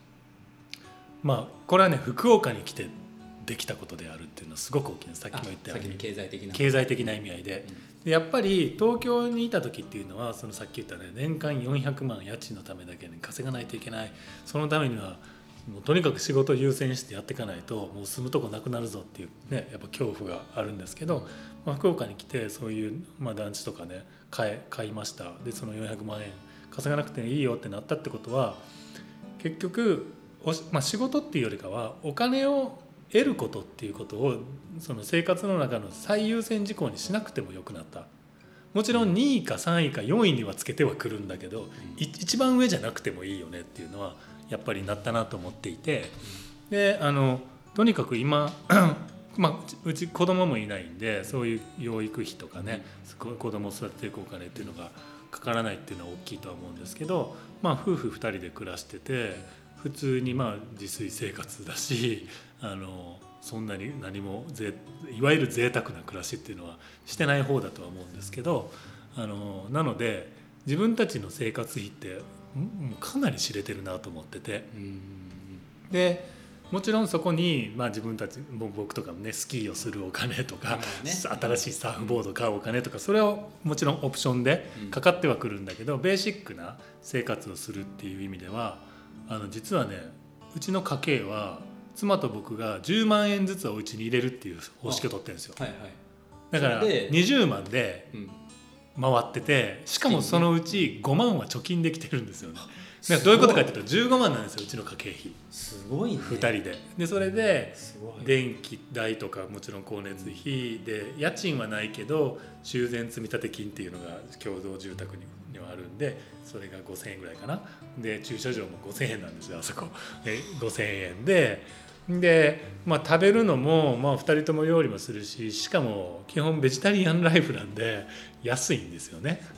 これはね福岡に来てできたことであるっていうのはすごく大きいです。さっきも言ったように経済的な意味合いで、やっぱり東京にいた時っていうのはそのさっき言ったね年間400万家賃のためだけに稼がないといけない、そのためにはもうとにかく仕事を優先してやっていかないともう住むとこなくなるぞっていうねやっぱ恐怖があるんですけど、福岡に来てそういう、団地とかね買いました。でその400万円稼がなくていいよってなったってことは結局仕事っていうよりかはお金を得ることっていうことをその生活の中の最優先事項にしなくてもよくなった。もちろん2位か3位か4位にはつけてはくるんだけど、一番上じゃなくてもいいよねっていうのはやっぱりなったなと思っていて、でとにかく今うち子供もいないんで、そういう養育費とかね子供を育てていくお金っていうのがかからないっていうのは大きいとは思うんですけど、夫婦2人で暮らしてて普通に自炊生活だし、そんなに何もいわゆる贅沢な暮らしっていうのはしてない方だとは思うんですけど、なので自分たちの生活費ってかなり知れてるなと思ってて、でもちろんそこに、自分たち僕とかもねスキーをするお金とか、新しいサーフボードを買うお金とか、それはもちろんオプションでかかってはくるんだけど、ベーシックな生活をするっていう意味では実はねうちの家計は妻と僕が10万円ずつをうちに入れるっていう方式を取ってるんですよ、だから20万で回ってて、しかもそのうち5万は貯金できてるんですよね。だからどういうことかっていうと15万なんですようちの家計費。 すごいね。 2人でそれで電気代とかもちろん光熱費で、家賃はないけど修繕積立金っていうのが共同住宅にはあるんで、それが5000円ぐらいかな。で駐車場も5000円なんですよあそこ。5000円で食べるのも2人とも料理もするし、しかも基本ベジタリアンライフなんで安いんですよね。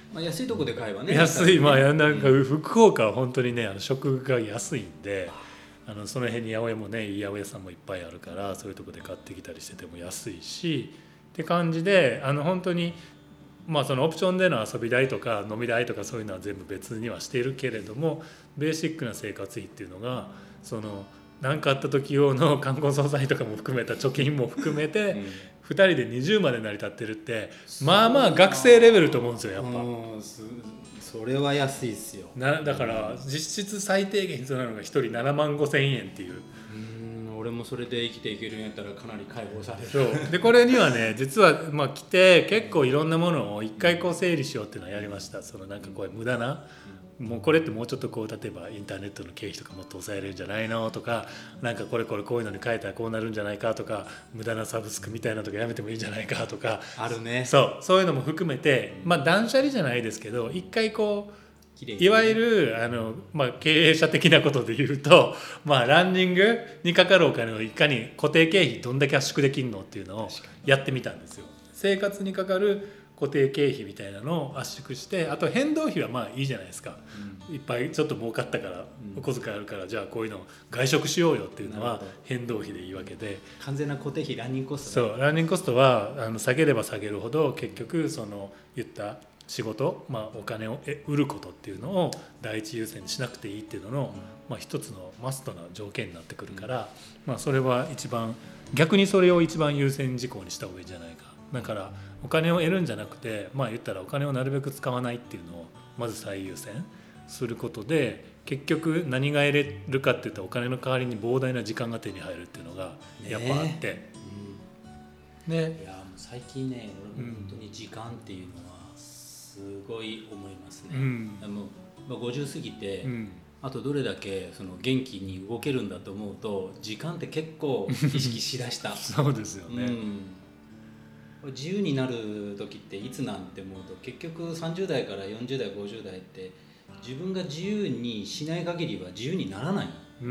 まあ、安いとこで買えばね安い、 ね、 まあなんか福岡は本当にね食が安いんで、その辺に八百屋もねいい八百屋さんもいっぱいあるからそういうとこで買ってきたりしてても安いしって感じで本当にまあそのオプションでの遊び代とか飲み代とかそういうのは全部別にはしているけれどもベーシックな生活費っていうのがその何かあった時用の冠婚葬祭とかも含めた貯金も含めて2人で20まで成り立ってるってまあまあ学生レベルと思うんですよやっぱ。 それは安いですよ。 だから実質最低限必要なのが1人7万5千円っていう。 俺もそれで生きていけるんやったらかなり解放される。 そうでこれにはね実はまあ来て結構いろんなものを一回こう整理しようっていうのはやりました。そのなんかこう無駄なもうこれってもうちょっとこう例えばインターネットの経費とかもっと抑えれるんじゃないのとかなんかこれこういうのに変えたらこうなるんじゃないかとか無駄なサブスクみたいなとかやめてもいいんじゃないかとかあるね。 そういうのも含めてまあ断捨離じゃないですけど一回こういわゆるまあ、経営者的なことで言うと、まあ、ランニングにかかるお金をいかに固定経費どんだけ圧縮できるのっていうのをやってみたんですよ。生活にかかる固定経費みたいなのを圧縮してあと変動費はまあいいじゃないですか、いっぱいちょっと儲かったからお小遣いあるからじゃあこういうの外食しようよっていうのは変動費でいいわけで完全な固定費ランニングコスト、 そうランニングコストは下げれば下げるほど結局その言った仕事、まあ、お金を売ることっていうのを第一優先にしなくていいっていうのの、まあ、一つのマストな条件になってくるから、まあ、それは一番逆にそれを一番優先事項にした方がいいんじゃないか。だからお金を得るんじゃなくて、まあ、言ったらお金をなるべく使わないっていうのをまず最優先することで結局何が得れるかっていったらお金の代わりに膨大な時間が手に入るっていうのがやっぱあって、 ね、いやもう最近ね俺も本当に時間っていうのはすごい思いますね、50過ぎて、あとどれだけその元気に動けるんだと思うと時間って結構意識しだしたそうですよね、 自由になる時っていつなんて思うと結局30代から40代50代って自分が自由にしない限りは自由にならない、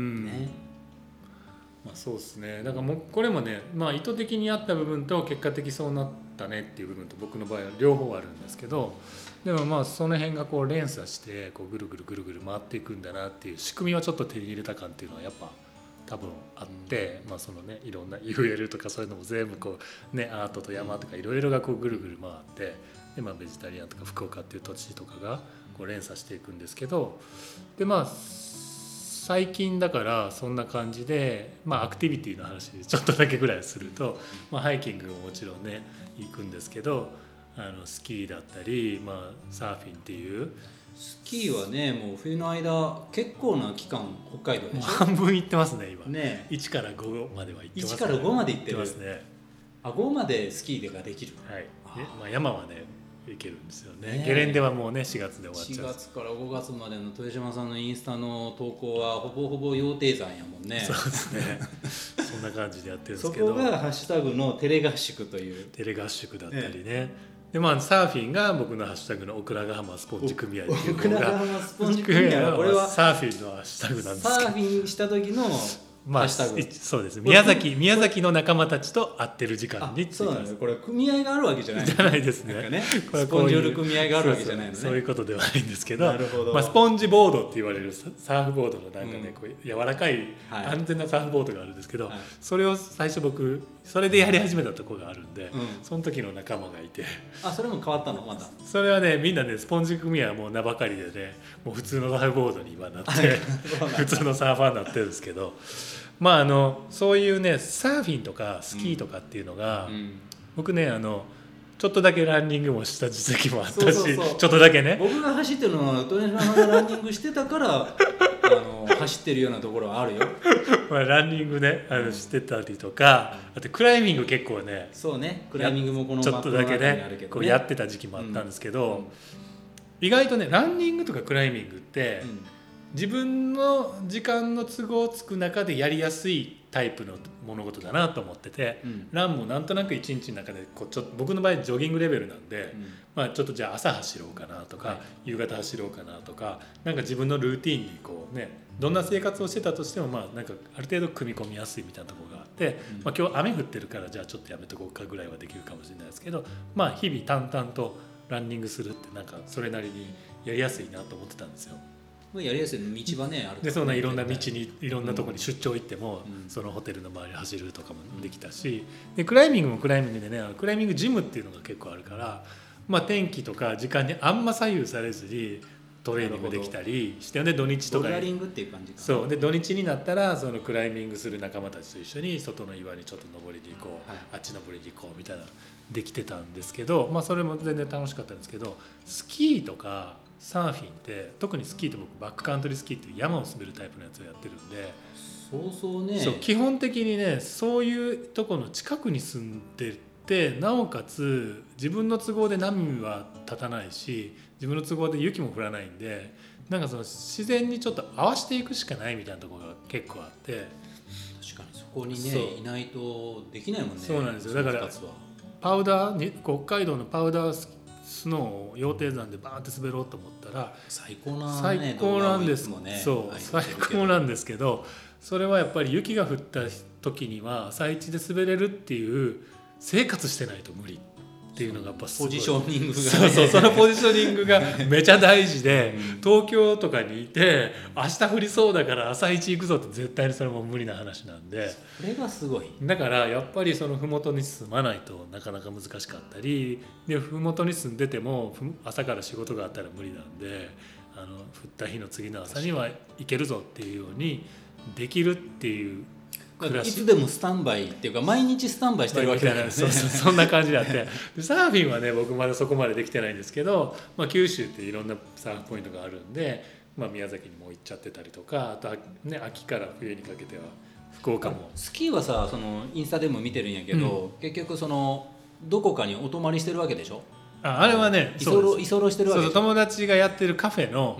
まあ、そうですね。だからもうこれもね、まあ、意図的にあった部分と結果的そうなったねっていう部分と僕の場合は両方あるんですけどでもまあその辺がこう連鎖してこうぐるぐるぐるぐる回っていくんだなっていう仕組みはちょっと手に入れた感っていうのはやっぱ多分あって、まあそのねいろんな UL とかそういうのも全部こうねアートと山とかいろいろがこうぐるぐる回ってでまあベジタリアンとか福岡っていう土地とかがこう連鎖していくんですけどでまあ最近だからそんな感じで、まあ、アクティビティの話でちょっとだけぐらいすると、まあ、ハイキングももちろんね行くんですけどスキーだったり、まあ、サーフィンっていうスキーはねもう冬の間結構な期間北海道でしょ半分行ってますね今ね 1から5までは行ってますね 1から5まで行ってるますね 5までスキーができるはいまあ、山はね行けるんですよね。ゲレンデはもうね4月で終わっちゃう。 4月から5月までの豊島さんのインスタの投稿はほぼほぼ羊蹄山やもんね。 そうですね。そんな感じでやってるんですけど。 そこがハッシュタグのテレ合宿という。 テレ合宿だったりね。でまあサーフィンが僕のハッシュタグのオクラガ浜スポンジ組合っていうのが。 オクラガ浜スポンジ組合はこれはサーフィンのハッシュタグなんですけど。 サーフィンした時の。 まあ、そうです宮崎の仲間たちと会ってる時間にそうなんです。これ組合があるわけじゃないじゃないですね。 なんかねスポンジ売る組合があるわけじゃないのね。 そういうことではないんですけど、 なるほど。 まあ、スポンジボードって言われるサーフボードのなんかね、こう柔らかい安全なサーフボードがあるんですけど、それを最初僕それでやり始めたところがあるんで、その時の仲間がいて、 それも変わったのまた。 それはねみんなねスポンジ組合はもう名ばかりでねもう普通のサーフボードに今なって普通のサーファーになってるんですけど。まあそういうねサーフィンとかスキーとかっていうのが、僕ねちょっとだけランニングもした実績もあったしちょっとだけね僕が走ってるのは豊島さんがランニングしてたから走ってるようなところはあるよまあランニングねしてたりとかあとクライミング結構ねそうねクライミングもこのちょっとだけねこうやってた時期もあったんですけど、意外とねランニングとかクライミングって、自分の時間の都合つく中でやりやすいタイプの物事だなと思ってて、ランもなんとなく一日の中でこうちょっと僕の場合ジョギングレベルなんで、まあ、ちょっとじゃあ朝走ろうかなとか、夕方走ろうかなとかなんか自分のルーティンにこうねどんな生活をしてたとしてもまあなんかある程度組み込みやすいみたいなところがあって、今日雨降ってるからじゃあちょっとやめとこうかぐらいはできるかもしれないですけど、まあ日々淡々とランニングするってなんかそれなりにやりやすいなと思ってたんですよ。 やりやすい道場ねあるでそんないろんな道にいろんなとこに出張行っても、 うん、 そのホテルの周り走るとかもできたし、でクライミングもクライミングでねクライミングジムっていうのが結構あるから、まあ、天気とか時間にあんま左右されずにトレーニングできたりして、で土日とかボルダリングっていう感じかな。 そうで土日になったらそのクライミングする仲間たちと一緒に外の岩にちょっと登りに行こう、 はい、 あっち登りに行こうみたいなできてたんですけど、まあ、それも全然楽しかったんですけど、スキーとかサーフィンって特にスキーって僕バックカントリースキーっていう山を滑るタイプのやつをやってるんで、 そうね、 そう基本的にねそういうとこの近くに住んでて、なおかつ自分の都合で波は立たないし自分の都合で雪も降らないんで、なんかその自然にちょっと合わせていくしかないみたいなところが結構あって、 確かにそこにねいないとできないもんね。 そうなんですよ。だからパウダーに北海道のパウダースノーを羊蹄山でバーンって滑ろうと思ったら最高な、 最高なんです、 ね、 そう最高なんですけど、それはやっぱり雪が降った時には朝一で滑れるっていう生活してないと無理っていうのがやっぱすごいポジショニングが、ね、 そうそのポジショニングがめちゃ大事で、東京とかにいて明日降りそうだから朝一行くぞって絶対にそれも無理な話なんで、 それがすごい。 だからやっぱりその麓に住まないとなかなか難しかったりで、麓に住んでても朝から仕事があったら無理なんで、降った日の次の朝には行けるぞっていうようにできるっていういつでもスタンバイっていうか毎日スタンバイしてるわけじゃないですね。 そんな感じであってでサーフィンはね僕まだそこまでできてないんですけど、まあ、九州っていろんなサーフポイントがあるんで、まあ、宮崎にも行っちゃってたりとか、あと、ね、秋から冬にかけては福岡も。 スキーはさそのインスタでも見てるんやけど、結局そのどこかにお泊まりしてるわけでしょ。 あれはね居候してるわけでしょ。 友達がやってるカフェの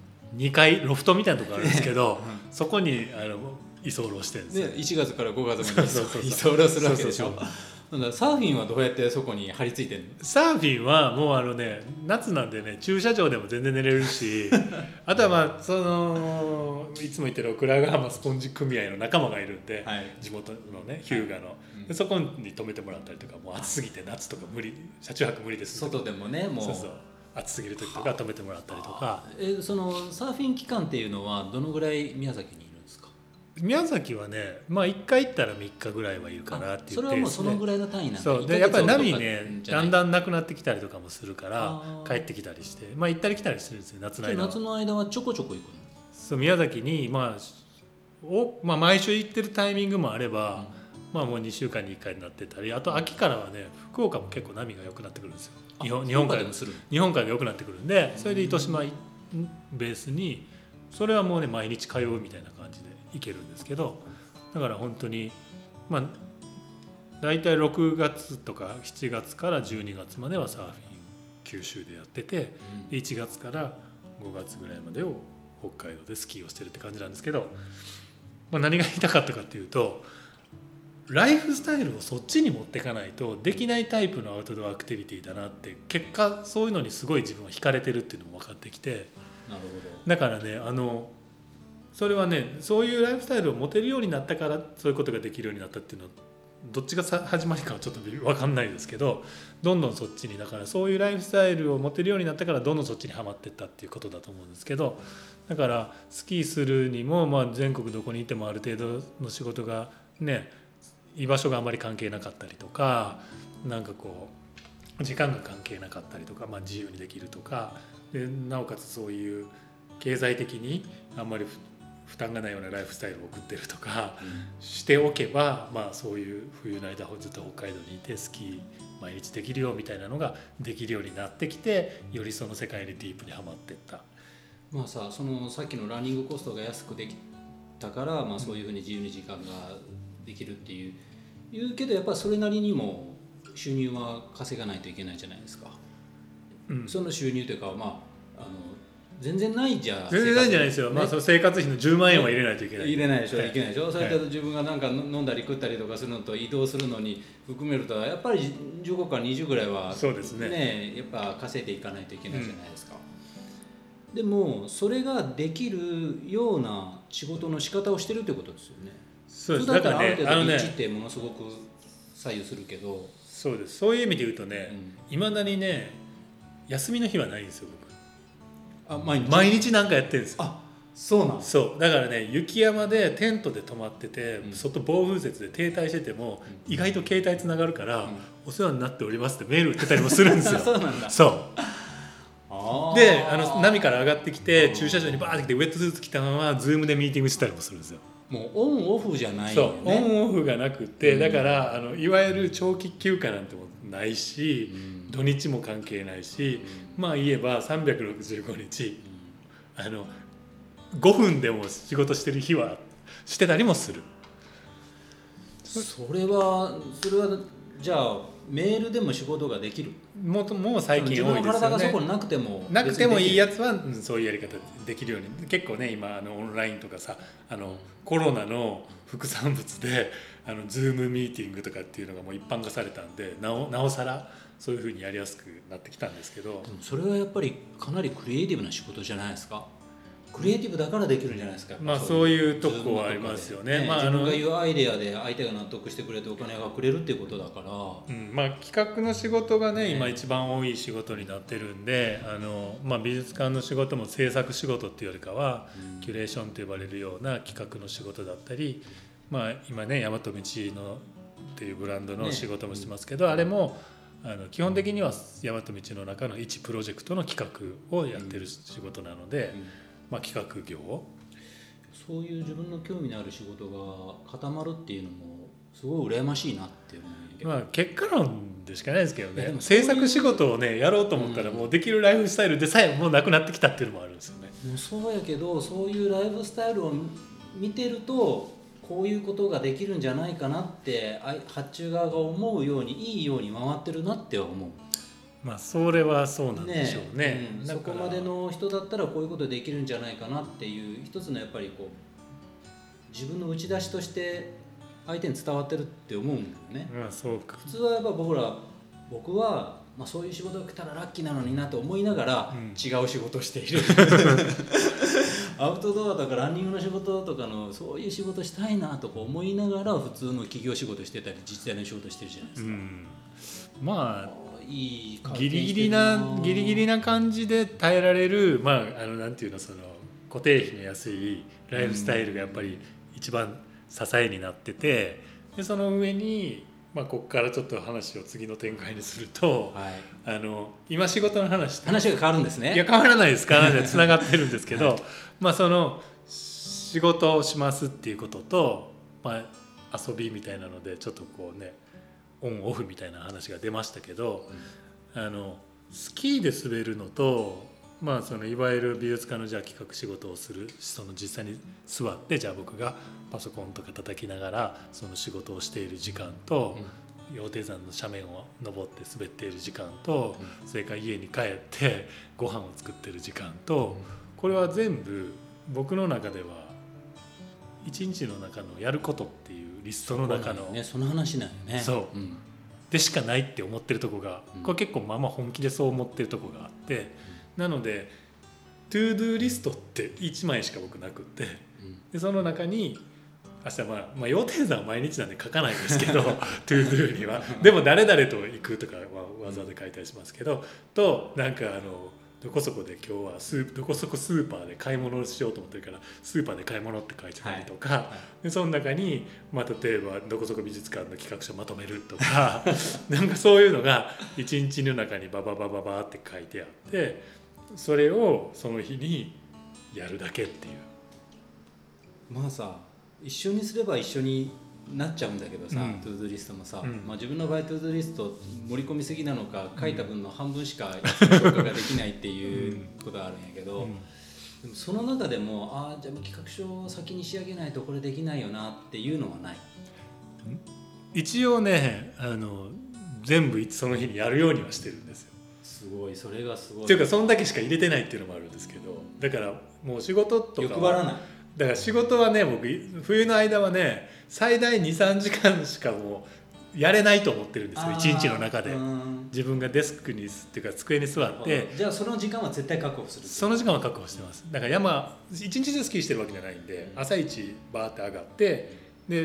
2階ロフトみたいなところあるんですけど、そこに居候してるんですよ、 ね、1月から5月まで居候するわけでしょ。サーフィンはどうやってそこに張り付いてるの？ サーフィンはもう夏なんでね駐車場でも全然寝れるしあとはまあいつも言ってるオクラガ浜スポンジ組合の仲間がいるんで、はい、地元のね日向の、でそこに泊めてもらったりとか、もう暑すぎて夏とか無理、車中泊無理です外でもねもうそう暑すぎる時とか泊めてもらったりとか。 そのサーフィン期間っていうのはどのぐらい宮崎にいるんですか？ 宮崎はね、まあ、1回行ったら3日ぐらいはいるかなっていう、 それはもうそのぐらいの単位なんだ。 そうでやっぱり波ねだんだんなくなってきたりとかもするから帰ってきたりして、まあ、行ったり来たりするんですよ夏の間は。 夏の間はちょこちょこ行くの？ そう宮崎に、まあ、毎週行ってるタイミングもあれば、まあ、もう2週間に1回になってたり、あと秋からはね福岡も結構波が良くなってくるんですよ。日本海が良くなってくるんで、それで糸島ベースにそれはもうね毎日通うみたいな感じで行けるんですけど、だから本当にまあ大体6月とか7月から12月まではサーフィン九州でやってて、1月から5月ぐらいまでを北海道でスキーをしてるって感じなんですけど、まあ、何が言いたかったかっていうと、ライフスタイルをそっちに持っていかないとできないタイプのアウトドアアクティビティだなって、結果そういうのにすごい自分は惹かれてるっていうのも分かってきて、 なるほど。 だからねそれはねそういうライフスタイルを持てるようになったからそういうことができるようになったっていうのはどっちが始まりかはちょっと分かんないですけど、どんどんそっちに、だからそういうライフスタイルを持てるようになったからどんどんそっちにはまっていったっていうことだと思うんですけど、だからスキーするにも、まあ、全国どこにいてもある程度の仕事がね居場所があまり関係なかったりとか、なんかこう時間が関係なかったりとか、まあ、自由にできるとかで、なおかつそういう経済的にあんまり負担がないようなライフスタイルを送ってるとかしておけば、まあ、そういう冬の間ずっと北海道にいてスキー毎日できるよみたいなのができるようになってきて、よりその世界にディープにはまっていった。 まあさっきのランニングコストが安くできたから、まあ、そういうふうに自由に時間ができるっていうけど、やっぱりそれなりにも収入は稼がないといけないじゃないですか、その収入というか、まあ、全然ないじゃ全然ないんじゃないですよ、ね、まあ、その生活費の10万円は入れないといけない、 入れないでしょ、いけないでしょ、それと自分がなんか飲んだり食ったりとかするのと移動するのに含めるとやっぱり15から20ぐらいは、 そうですね、 やっぱ稼いでいかないといけないじゃないですか、でもそれができるような仕事の仕方をしてるってことですよね。 そうです。だからね、 立地ってものすごく左右するけど、 そうです。そういう意味で言うとね、いまだにね休みの日はないんですよ僕。毎日なんかやってるんですよ。 そうなんそうだからね、雪山でテントで泊まってて、外暴風雪で停滞してても、意外と携帯つながるから、お世話になっておりますってメール打ってたりもするんですよ。 そうなんだ。 そうで波から上がってきて駐車場にバーって来てウェットスーツ着たままズームでミーティングしたりもするんですよ。 もうオンオフじゃないよね。 そうオンオフがなくて、だからいわゆる長期休暇なんてもないし、土日も関係ないし、まあ言えば365日5分でも仕事してる日はしてたりもする。 それはじゃあメールでも仕事ができる。 もう最近多いですよね。 自分の体がそこになくてもいいやつは、そういうやり方できるように。結構ね今オンラインとかさコロナの副産物でズームミーティングとかっていうのがもう一般化されたんで、なおさらそういうふうにやりやすくなってきたんですけど、でもそれはやっぱりかなりクリエイティブな仕事じゃないですか。クリエイティブだからできるんじゃないですか。 まあそういうとこはありますよね。 自分が言うアイデアで相手が納得してくれてお金がくれるっていうことだから、 まあ企画の仕事がね今一番多い仕事になってるんで、美術館の仕事も制作仕事っていうよりかは、キュレーションと呼ばれるような企画の仕事だったり、今ね大和道のっていうブランドの仕事もしてますけど、あれも基本的には大和道の中の一プロジェクトの企画をやってる仕事なので、企画業、 そういう自分の興味のある仕事が固まるっていうのもすごい羨ましいなって思うけど、 結果論でしかないですけどね。制作仕事をねやろうと思ったらもうできるライフスタイルでさえもうなくなってきたっていうのもあるんですよね。 もうそうやけど、そういうライフスタイルを見てるとこういうことができるんじゃないかなって発注側が思うようにいいように回ってるなっては思う。 それはそうなんでしょうね。 そこまでの人だったらこういうことできるんじゃないかなっていう一つのやっぱり自分の打ち出しとして相手に伝わってるって思うんだよね。 そうか。 普通はやっぱ僕は、そういう仕事が来たらラッキーなのになと思いながら違う仕事をしている、アウトドアとかランニングの仕事とかのそういう仕事したいなとか思いながら普通の企業仕事してたり自治体の仕事してるじゃないですか。いいギリギリな感じで耐えられる、なんていうの、その固定費の安いライフスタイルがやっぱり一番支えになってて、でその上に、ここからちょっと話を次の展開にすると、今仕事の話が変わるんですね。 いや変わらないですからつながってるんですけど、その仕事をしますっていうことと、遊びみたいなのでちょっとオンオフみたいな話が出ましたけど、スキーで滑るのと、そのいわゆる美術館の企画仕事をするその実際に座って、僕がパソコンとか叩きながらその仕事をしている時間と、羊蹄山の斜面を登って滑っている時間と、それから家に帰ってご飯を作っている時間と、これは全部僕の中では一日の中のやることっていうリストの中の、 その話なんよね。 でしかないって思ってるとこが、これ結構本気でそう思ってるとこがあって、なのでトゥードゥーリストって1枚しか僕なくって、でその中に明日羊蹄山は毎日なんで書かないんですけどトゥードゥーにはでも誰々と行くとかはわざわざ書いたりしますけど、とどこそこで今日はどこそこスーパーで買い物をしようと思ってるからスーパーで買い物って書いてたりとか、でその中に、例えばどこそこ美術館の企画書まとめるとかなんかそういうのが一日の中にバババババって書いてあって、それをその日にやるだけっていう。 一緒にすれば一緒になっちゃうんだけどさ、トゥードゥリストもさ、自分の場合トゥードゥリスト盛り込みすぎなのか、書いた分の半分しか消化ができないっていうことがあるんやけど、でもその中でもじゃあ企画書を先に仕上げないとこれできないよなっていうのはない？ 一応ね全部その日にやるようにはしてるんですよ。 すごい、それがすごい。 っていうかそんだけしか入れてないっていうのもあるんですけど、だからもう仕事とか欲張らない。 だから仕事はね、僕冬の間はね最大 2,3 時間しかもうやれないと思ってるんですよ、一日の中で。自分がデスクにっていうか机に座って、 じゃあその時間は絶対確保する。 その時間は確保してます。だから一日でスキーしてるわけじゃないんで、朝一バーって上がって、で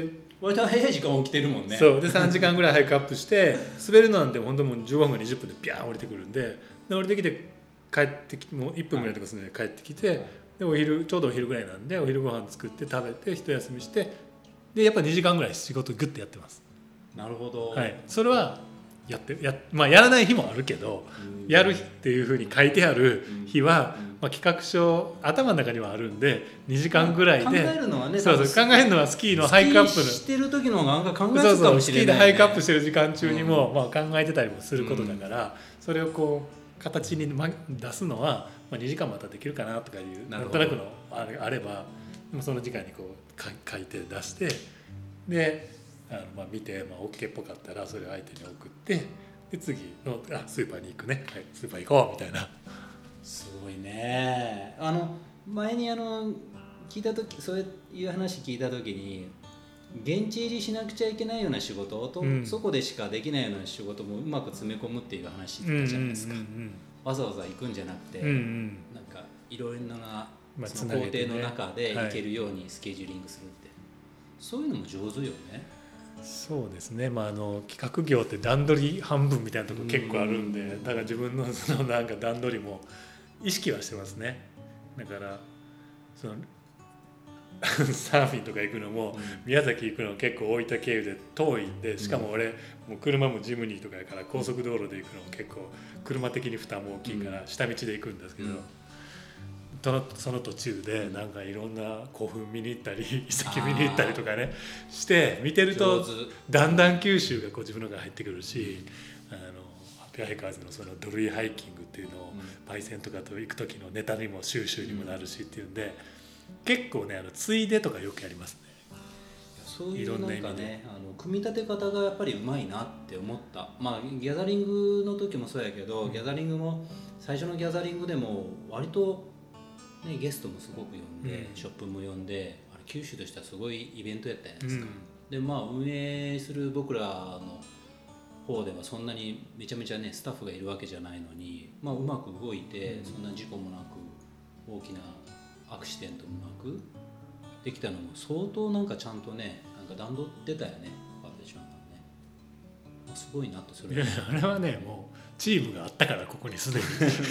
割と早い時間起きてるもんね。 そうで3時間ぐらい早くアップして滑るのなんて本当もう15分20分でビャーン降りてくるんで降りてきて帰ってきてもう1分ぐらいとかするので帰ってきてでちょうどお昼ぐらいなんでお昼ご飯作って食べて一休みしてでやっぱ2時間ぐらい仕事グッてやってます。 なるほど、 はい、それはやらない日もあるけどやる日っていうふうに書いてある日は、企画書頭の中にはあるんで2時間ぐらいで、 考えるのはねそう考えるのはスキーのハイクアップしてる時の方が考えるかもしれない、ね、 スキーでハイクアップしてる時間中にも、考えてたりもすることだから、それをこう形に出すのは、2時間またできるかなとかいうなんとなくのあればその時間にこう書いて出してで見て、OK っぽかったらそれを相手に送ってで次のスーパーに行くね、はい、スーパー行こうみたいな。 すごいね。前に聞いた時そういう話聞いた時に現地入りしなくちゃいけないような仕事と、そこでしかできないような仕事もうまく詰め込むっていう話してたじゃないですか、わざわざ行くんじゃなくて、なんかいろいろなその工程の中で行けるようにスケジューリングするって、そういうのも上手よね。 そうですね、企画業って段取り半分みたいなところ結構あるんで、だから自分のそのなんか段取りも意識はしてますね。だからそのサーフィンとか行くのも、宮崎行くの結構大分経由で遠いんで、しかも俺もう車もジムニーとかやから高速道路で行くのも結構車的に負担も大きいから下道で行くんですけど、その途中でなんかいろんな古墳見に行ったり遺跡見に行ったりとかねして見てるとだんだん九州がこう自分の中に入ってくるし、ハッピーハイカーズのその土塁ハイキングっていうのをパイセンとかと行く時のネタにも収集にもなるしっていうんで、結構ねついでとかよくやりますね。 そういうなんかね組み立て方がやっぱりうまいなって思った。ギャザリングの時もそうやけど、ギャザリングも最初のギャザリングでも割とゲストもすごく呼んで、ショップも呼んで、九州としてはすごいイベントやったじゃないですか、で運営する僕らの方ではそんなにめちゃめちゃねスタッフがいるわけじゃないのに、うまく動いて、そんな事故もなく大きなアクシデントもなくできたのも相当なんかちゃんとねなんか段取ってたよね、パーティションがね、すごいなと。それあれはねもうチームがあったからここにすでに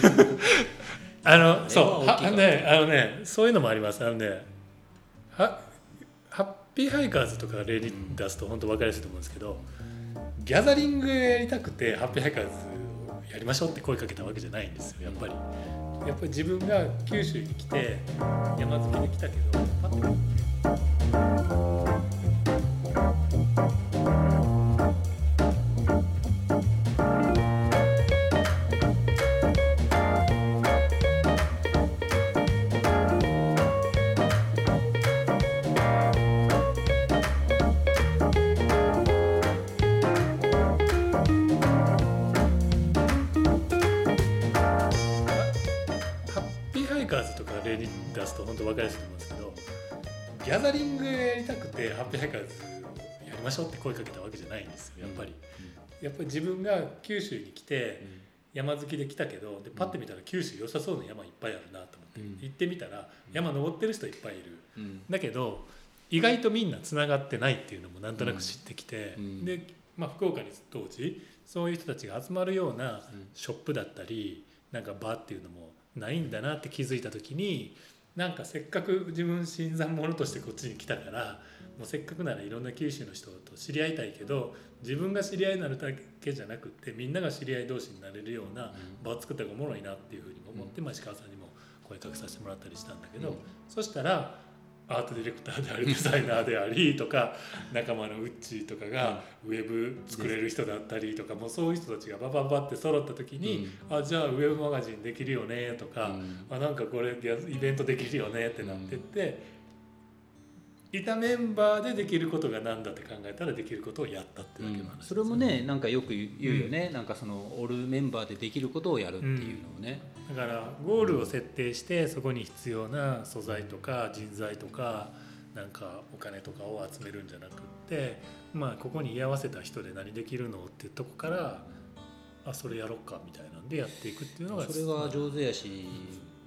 そういうのもあります。ハッピーハイカーズとか例に出すと本当分かりやすいと思うんですけど、ギャザリングやりたくてハッピーハイカーズやりましょうって声かけたわけじゃないんですよ。やっぱり自分が九州に来て山好きで来たけどパッと例に出すと本当分かりやすいと思うんですけど、ギャザリングやりたくてハッピーハイカーズやりましょうって声かけたわけじゃないんですよ。やっぱり自分が九州に来て山好きで来たけど、でパッて見たら九州良さそうな山いっぱいあるなと思って、行ってみたら山登ってる人いっぱいいる、だけど意外とみんなつながってないっていうのもなんとなく知ってきて、で、福岡に当時そういう人たちが集まるようなショップだったりなんかバーっていうのもないんだなって気づいた時に、なんかせっかく自分新参者としてこっちに来たから、もうせっかくならいろんな九州の人と知り合いたいけど、自分が知り合いになるだけじゃなくってみんなが知り合い同士になれるような場を作った方がおもろいなっていうふうに思って、石川さんにも声かけさせてもらったりしたんだけど、そしたらアートディレクターでありデザイナーでありとか仲間のウッチーとかがウェブ作れる人だったりとか、もうそういう人たちがバババって揃った時に、じゃあウェブマガジンできるよねとか、なんかこれイベントできるよねってなってって、いたメンバーでできることが何だって考えたらできることをやったってだけの話です、 それもねなんかよく言うよね、なんかそのオールメンバーでできることをやるっていうのをね、 だからゴールを設定してそこに必要な素材とか人材とかなんかお金とかを集めるんじゃなくって、ここに居合わせた人で何できるのっていうとこからそれやろっかみたいなんでやっていくっていうのが、 それが上手やし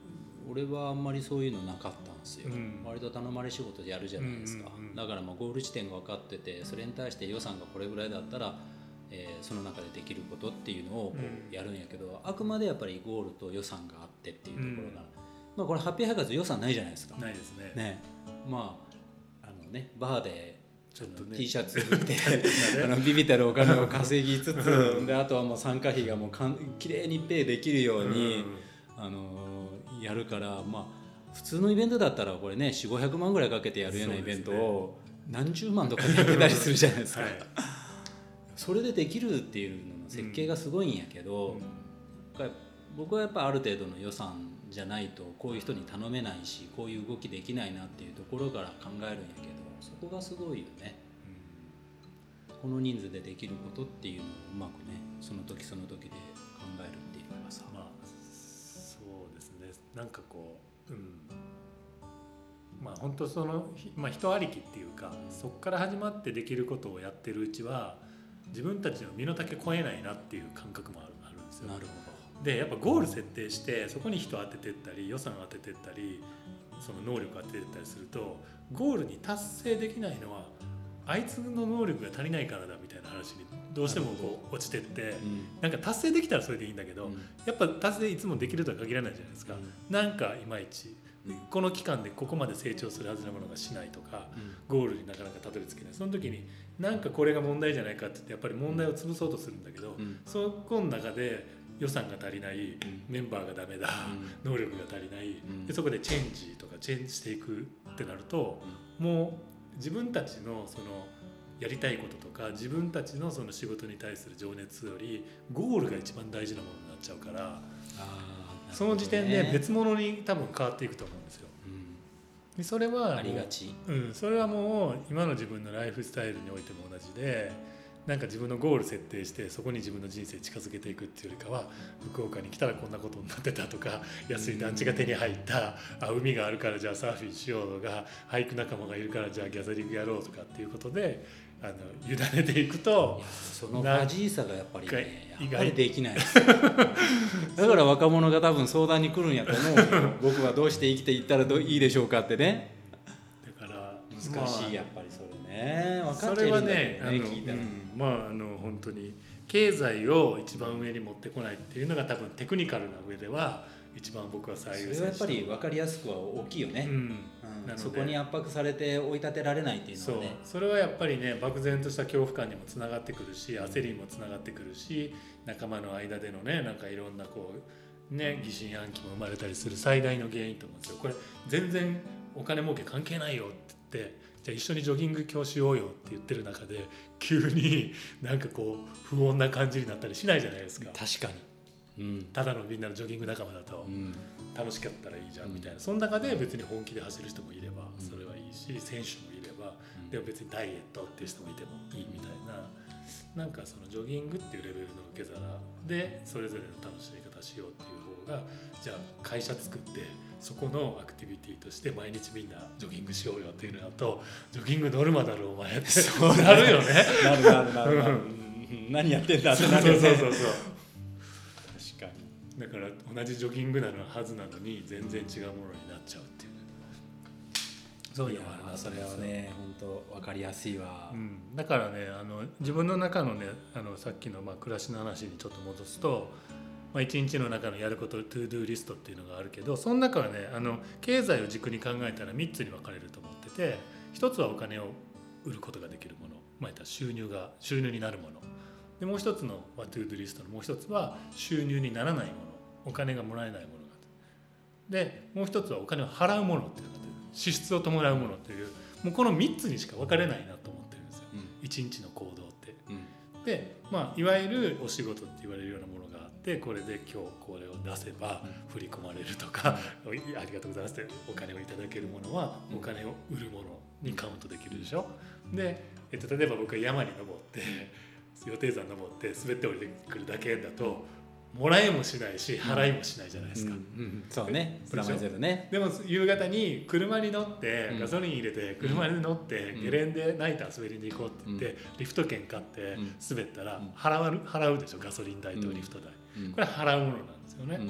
俺はあんまりそういうのなかったんですよ、 うん、 割と頼まれ仕事でやるじゃないですか、 うんうんうん、 だからまあゴール地点が分かってて、それに対して予算がこれぐらいだったら、その中でできることっていうのをこうやるんやけど、あくまでやっぱりゴールと予算があってっていうところが、まあこれハッピーハイカーズ予算ないじゃないですか。 ないですね。 ね、まあバーでちょっとね、 T シャツ着てビビたるお金を稼ぎつつで、あとはもう参加費がもうきれいにペイできるように、やるから、まあ普通のイベントだったらこれね400-500万ぐらいかけてやるようなイベントを何十万とかでやってたりするじゃないですか、はい、それでできるっていうのの設計がすごいんやけど、僕はやっぱある程度の予算じゃないとこういう人に頼めないし、こういう動きできないなっていうところから考えるんやけど、そこがすごいよね、この人数でできることっていうのをうまくね、その時その時で考えるっていうのがさ、 まあそうですね、なんかこう、まあ本当その、まあ、人ありきっていうか、そこから始まってできることをやってるうちは自分たちの身の丈超えないなっていう感覚もあるんですよ。 なるほど。 でやっぱゴール設定してそこに人当ててったり予算当ててったりその能力当ててったりすると、ゴールに達成できないのはあいつの能力が足りないからだみたいな話にどうしてもこう落ちてって、なんか達成できたらそれでいいんだけど、やっぱ達成いつもできるとは限らないじゃないですか、なんかいまいちこの期間でここまで成長するはずなものがしないとか、ゴールになかなかたどり着けない。その時になんかこれが問題じゃないかって言ってやっぱり問題を潰そうとするんだけど、そこの中で予算が足りない、メンバーがダメだ、能力が足りない、でそこでチェンジとかチェンジしていくってなると、もう自分たちのそのやりたいこととか自分たちのその仕事に対する情熱よりゴールが一番大事なものになっちゃうから、その時点で別物に多分変わっていくと思うんですよ。でそれはありがち、 それはもう今の自分のライフスタイルにおいても同じで、なんか自分のゴール設定してそこに自分の人生近づけていくっていうよりかは、福岡に来たらこんなことになってたとか、安い団地が手に入った、海があるからじゃあサーフィンしようとか、俳句仲間がいるからじゃあギャザリングやろうとかっていうことで委ねていくと、 そのファジーさがやっぱりね、やっぱりできないですだから若者が多分相談に来るんやと思う僕はどうして生きていったらいいでしょうかってね。 だから難しい、やっぱりそれね、分かっちゃそれはね、 聞いたら、 本当に経済を一番上に持ってこないっていうのが多分テクニカルな上では一番僕は最優先。 それはやっぱり分かりやすくは大きいよね、そこに圧迫されて追い立てられないっていうのはね、 それはやっぱりね、漠然とした恐怖感にもつながってくるし、焦りにもつながってくるし、仲間の間でのね、なんかいろんなこうね、疑心暗鬼も生まれたりする最大の原因と思うんですよ。これ全然お金儲け関係ないよって言って、じゃあ一緒にジョギング今日しようよって言ってる中で急になんかこう不穏な感じになったりしないじゃないですか。 確かに、 ただのみんなのジョギング仲間だと、楽しかったらいいじゃんみたいな、その中で別に本気で走る人もいればそれはいいし、選手もいれば、でも別にダイエットっていう人もいてもいいみたいな、なんかそのジョギングっていうレベルの受け皿でそれぞれの楽しみ方しようっていう方が、じゃあ会社作ってそこのアクティビティとして毎日みんなジョギングしようよっていうのだと、ジョギングノルマだろお前ってなるよね。 なる何やってんだってなるよね。そう確かに。だから同じジョギングなのはずなのに全然違うものになっちゃうっていう、 そういうのがあるな。それはね、本当分かりやすいわ、 だからね、自分の中のね、さっきの暮らしの話にちょっと戻すと、一日の中のやることトゥードゥーリストっていうのがあるけど、その中はね、経済を軸に考えたら3つに分かれると思ってて、1つはお金を売ることができるもの、収入になるもので、もう1つのトゥードゥーリストのもう1つは収入にならないもの、お金がもらえないものがで、もう1つはお金を払うものっていうのが支出を伴うものという、もうこの3つにしか分かれないなと思ってるんですよ、1日の行動って、で、いわゆるお仕事って言われるようなものがあって、これで今日これを出せば振り込まれるとか、ありがとうございますってお金をいただけるものはお金を売るものにカウントできるでしょ。で、例えば僕が山に登って予定山登って滑って降りてくるだけだともらえもしないし払いもしないじゃないですか、 そうね、プラマイゼロね。 でも夕方に車に乗ってガソリン入れて車に乗ってゲレンデナイター滑りに行こうって言ってリフト券買って滑ったら払うでしょ、ガソリン代とリフト代、これは払うものなんですよね。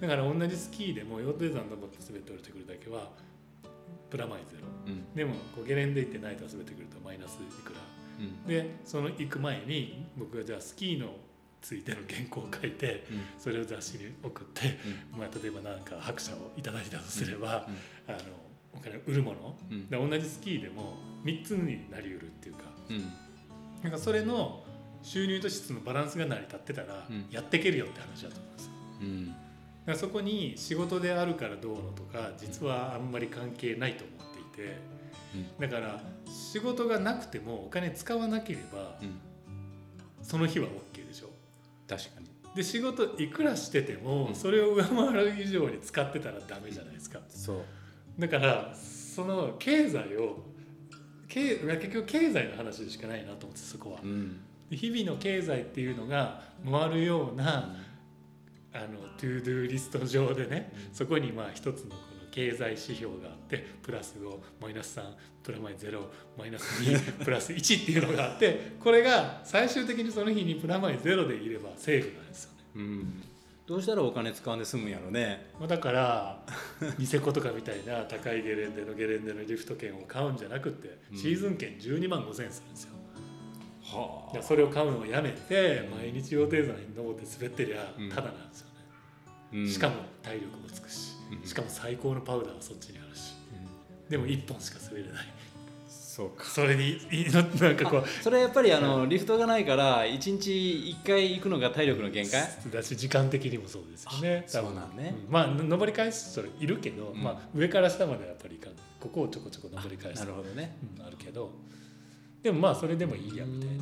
だから同じスキーでも羊蹄山登って滑って降りてくるだけはプラマイゼロ、でもこうゲレンデ行ってナイト滑ってくるとマイナスいくら、でその行く前に僕がじゃあスキーのついての原稿を書いて、それを雑誌に送って、まあ、例えばなんか拍車をいただいたとすれば、お金売るもの、で同じスキーでも3つになりうるっていうか、なんかそれの収入と質のバランスが成り立ってたらやっていけるよって話だと思うんですよ。だからそこに仕事であるからどうのとか実はあんまり関係ないと思っていて、だから仕事がなくてもお金使わなければその日は OK でしょ。 確かに。 で仕事いくらしててもそれを上回る以上に使ってたらダメじゃないですか。だからその経済を結局経済の話でしかないなと思って、そこは、日々の経済っていうのが回るような、トゥードゥーリスト上でね、そこにまあ一つのこの経済指標があって、プラス5マイナス3プラマイ0マイナス2プラス1っていうのがあって、これが最終的にその日にプラマイ0でいればセーフなんですよね。 どうしたらお金使わんで済むんやろね。 だからニセコとかみたいな高いゲレンデのリフト券を買うんじゃなくて、シーズン券12万5,000円するんですよ。それを買うのをやめて毎日羊蹄山に登って滑ってりゃただなんですよね。しかも体力もつくし、しかも最高のパウダーはそっちにあるし、でも1本しか滑れない。 そうか。 それになんかこうそれはやっぱりリフトがないから1日1回行くのが体力の限界だし、時間的にもそうですよね。 そうなんね。 まあ登り返す人いるけど、まあ上から下まではやっぱりいかない。ここをちょこちょこ登り返す。 なるほどね。 あるけど、でもまあそれでもいいやみたいなね。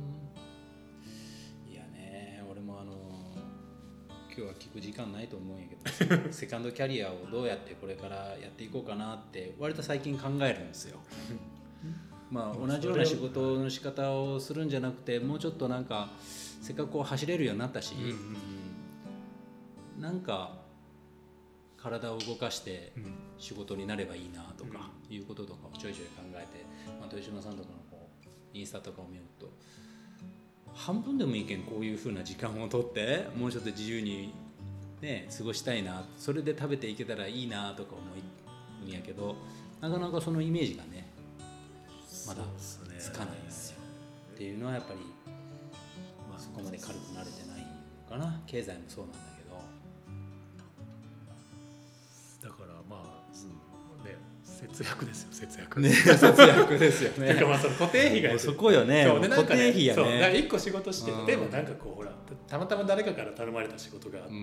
いやね、俺も今日は聞く時間ないと思うんやけどセカンドキャリアをどうやってこれからやっていこうかなって割と最近考えるんですよ。まあ同じような仕事の仕方をするんじゃなくて、もうちょっとなんかせっかくこう走れるようになったし、なんか体を動かして仕事になればいいなとかいうこととかをちょいちょい考えて、豊島さんとかのこうインスタとかを見ると、半分でもいいけんこういう風な時間を取ってもうちょっと自由にね過ごしたいな、それで食べていけたらいいなとか思うんやけど、なかなかそのイメージがねまだつかないんですよ。っていうのはやっぱり、そこまで軽くなれてないのかな。経済もそうなんだけど、だからまあ、ね、節約ですよ、節約ね。節約ですよね。 てかまあその固定費がそこよね。 そうで、 固定費やね。 そうだから1個仕事して、例えばなんかこうほらたまたま誰かから頼まれた仕事があって、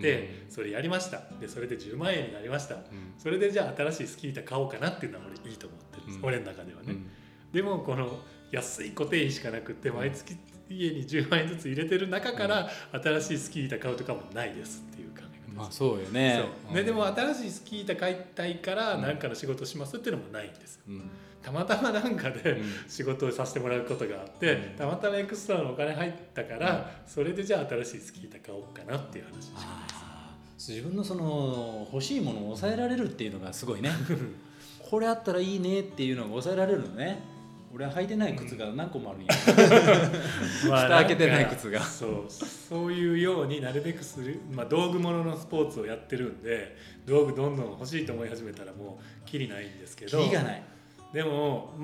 それやりました。でそれで10万円になりました。それでじゃあ新しいスキー板買おうかなっていうのは俺いいと思ってるんです。俺の中ではね。でもこの安い固定費しかなくって毎月家に10万円ずつ入れてる中から新しいスキー板買うとかもないですっていう考え方です。 まあそうよね。 でも新しいスキー板買いたいから何かの仕事しますっていうのもないんですよ。たまたまなんかで仕事をさせてもらうことがあって、たまたまエクストラのお金入ったから、それでじゃあ新しいスキー板買おうかなっていう話をします。 自分のその欲しいものを抑えられるっていうのがすごいね。これあったらいいねっていうのが抑えられるのね。俺は履いてない靴が何個もあるんや。蓋開けてない靴が。 そういうようになるべくする、道具物のスポーツをやってるんで、道具どんどん欲しいと思い始めたらもうキリないんですけど。 キリがない。 でも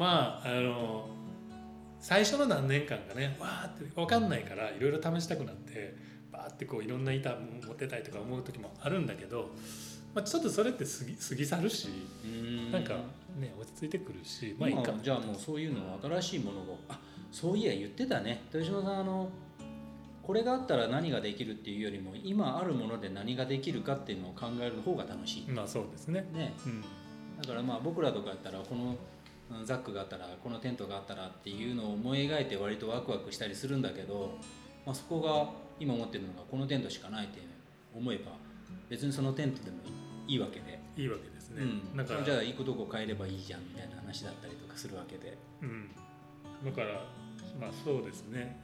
最初の何年間かね、わーって分かんないからいろいろ試したくなってバーってこういろんな板持ってたいとか思う時もあるんだけど、ちょっとそれって過ぎ去るし、なんかね落ち着いてくるし、いいか。 じゃあもうそういうの新しいものを、そういや言ってたね、豊島さんこれがあったら何ができるっていうよりも今あるもので何ができるかっていうのを考える方が楽しい。 そうですね。 だから僕らとかやったらこのザックがあったらこのテントがあったらっていうのを思い描いて割とワクワクしたりするんだけど、そこが今持ってるのがこのテントしかないって思えば別にそのテントでもいいわけで。 いいわけですね。 じゃあ行くとこ変えればいいじゃんみたいな話だったりとかするわけで。 だからそうですね。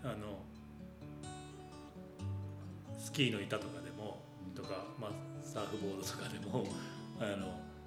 スキーの板とかでもとか、サーフボードとかでも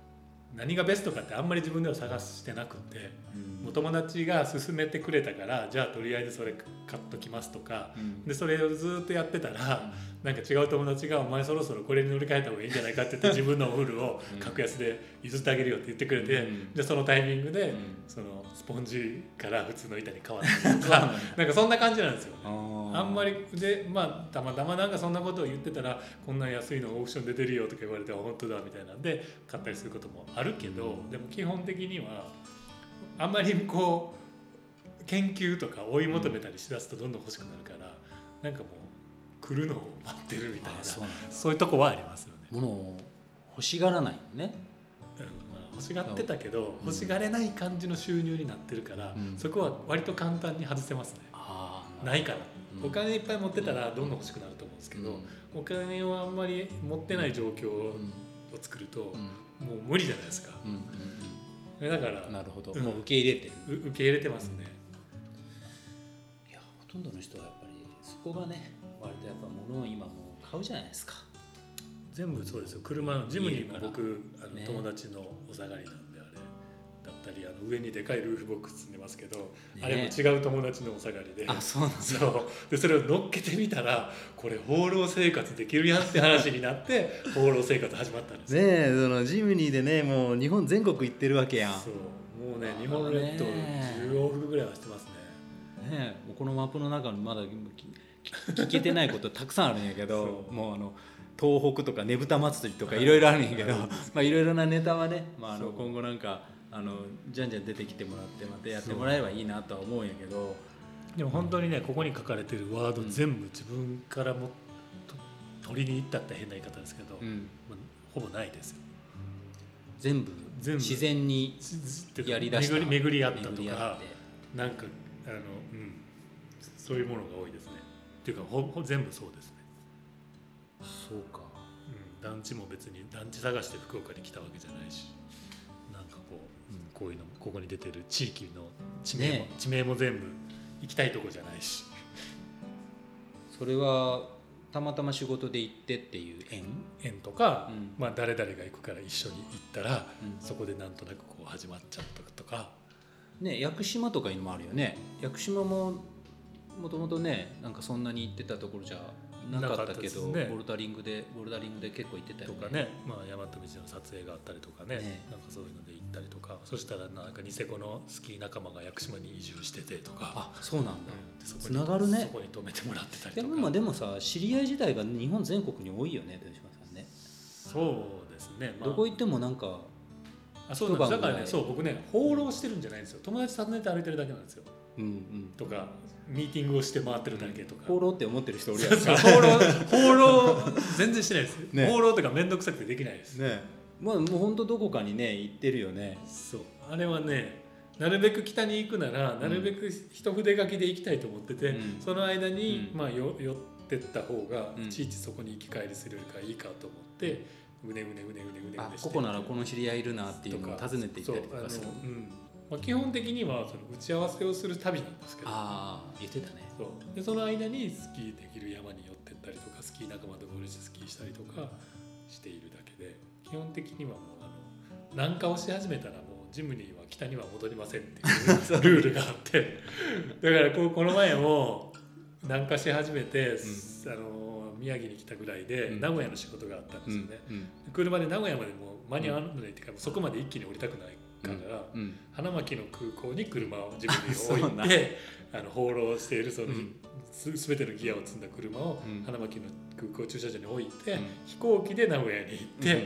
何がベストかってあんまり自分では探してなくて、もう友達が勧めてくれたからじゃあとりあえずそれ買っときますとか、でそれをずっとやってたら、なんか違う友達がお前そろそろこれに乗り換えた方がいいんじゃないかって言って自分のお古を格安で譲ってあげるよって言ってくれて、でそのタイミングでそのスポンジから普通の板に変わったりとかなんかそんな感じなんですよね。あんまりでたまたまなんかそんなことを言ってたらこんな安いのオークションで出るよとか言われて本当だみたいなんで買ったりすることもあるけど、でも基本的にはあんまりこう研究とか追い求めたりしだすとどんどん欲しくなるから、なんかもう来るのを待ってるみたいな、そういうとこはありますよね。 物を欲しがらないよね。 欲しがってたけど、欲しがれない感じの収入になってるから、そこは割と簡単に外せますね。ないから、お金いっぱい持ってたらどんどん欲しくなると思うんですけど、お金をあんまり持ってない状況を作ると、もう無理じゃないですか。だからなるほど、もう受け入れてる、 受け入れてますね。 いやほとんどの人はやっぱりそこがね、割とやっぱ物を今もう買うじゃないですか。 全部そうですよ。車のジムにも僕友達のお下がりなんで、あれだったり上にでかいルーフボックス積んでますけど、あれも違う友達のお下がりで、 そうなんですよ。でそれを乗っけてみたらこれ放浪生活できるやんって話になって放浪生活始まったんですよ。 ねえ、そのジムニーでね、もう日本全国行ってるわけやん。 そう、もうね日本列島10往復ぐらいはしてますね。 ねえ、このマップの中にまだ聞けてないことたくさんあるんやけどもう東北とかねぶた祭りとかいろいろあるんやけど、いろいろなネタはね、今後なんかじゃんじゃん出てきてもらってまたやってもらえばいいなとは思うんやけど、 でも本当にね、ここに書かれてるワード全部自分からも取りに行ったって変な言い方ですけど、ほぼないですよ。 全部自然にやりだした、 巡り合ったとか、なんかそういうものが多いですね。っていうか全部そうですね。 そうか、 団地も別に団地探して福岡に来たわけじゃないし、なんかこういうのここに出てる地域の地名も全部行きたいとこじゃないし、 それはたまたま仕事で行ってっていう縁とか、誰々が行くから一緒に行ったら、そこでなんとなくこう始まっちゃったとかね。屋久島とかいうのもあるよね。屋久島ももともとね、なんかそんなに行ってたところじゃなかったけど、ボルダリングで結構行ってたよね。 とかね、大和道の撮影があったりとかね、なんかそういうので行ったりとか、そしたらなんかニセコのスキー仲間が屋久島に移住しててとか、 そうなんだ、つながるね。 そこに泊めてもらってたりとか。 でもさ、知り合い自体が日本全国に多いよね、豊島さんね。 そうですね、 どこ行ってもなんかそうなんです。だからね、僕ね放浪してるんじゃないんですよ。友達訪ねて歩いてるだけなんですよ。とかミーティングをして回ってるだけとか、 放浪って思ってる人おるやんか。 放浪全然してないです、放浪とか面倒くさくてできないですね。もう本当どこかにね行ってるよね。 そう、あれはね、なるべく北に行くならなるべく一筆書きで行きたいと思ってて、その間に寄ってった方がいちいちそこに行き帰りするよりかいいかと思ってうねして、 ここならこの知り合いいるなっていうのを訪ねていったりとかする。 基本的にはその打ち合わせをする旅なんですけど、 言ってたね。 でその間にスキーできる山に寄ってったりとか、スキー仲間とゴルフスキーしたりとかしているだけで、基本的にはもう南下をし始めたらもうジムニーは北には戻りませんっていうルールがあってだからこの前も南下し始めて、宮城に来たぐらいで名古屋の仕事があったんですよね。車で名古屋までも間に合わないっていうか、そこまで一気に降りたくないから、花巻の空港に車を自分に置いて放浪しているその全てのギアを積んだ車を花巻の空港駐車場に置いて、飛行機で名古屋に行って、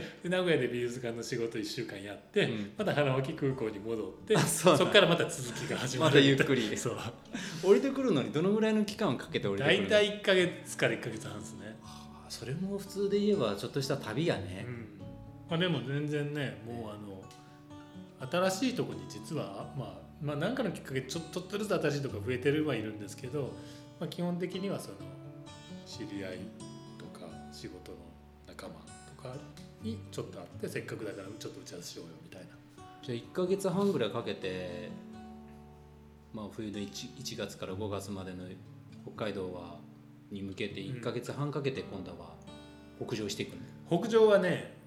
で名古屋で美術館の仕事1週間やって、また花巻空港に戻って、そこからまた続きが始まる。 またゆっくり。 そう、 降りてくるのにどのぐらいの期間をかけて降りてくるの？ 大体1ヶ月から1ヶ月半ですね。 それも普通で言えばちょっとした旅やね。 でも全然ね、もう新しいところに実は何かのきっかけでちょっとずつ新しいところが増えてはいるんですけど、基本的にはその知り合いとか仕事の仲間とかにちょっと会って、せっかくだからちょっと打ち合わせしようよみたいな。 じゃあ1ヶ月半ぐらいかけて、冬の 1月から5月までの北海道に向けて1ヶ月半かけて今度は北上していくの？ 北上はね、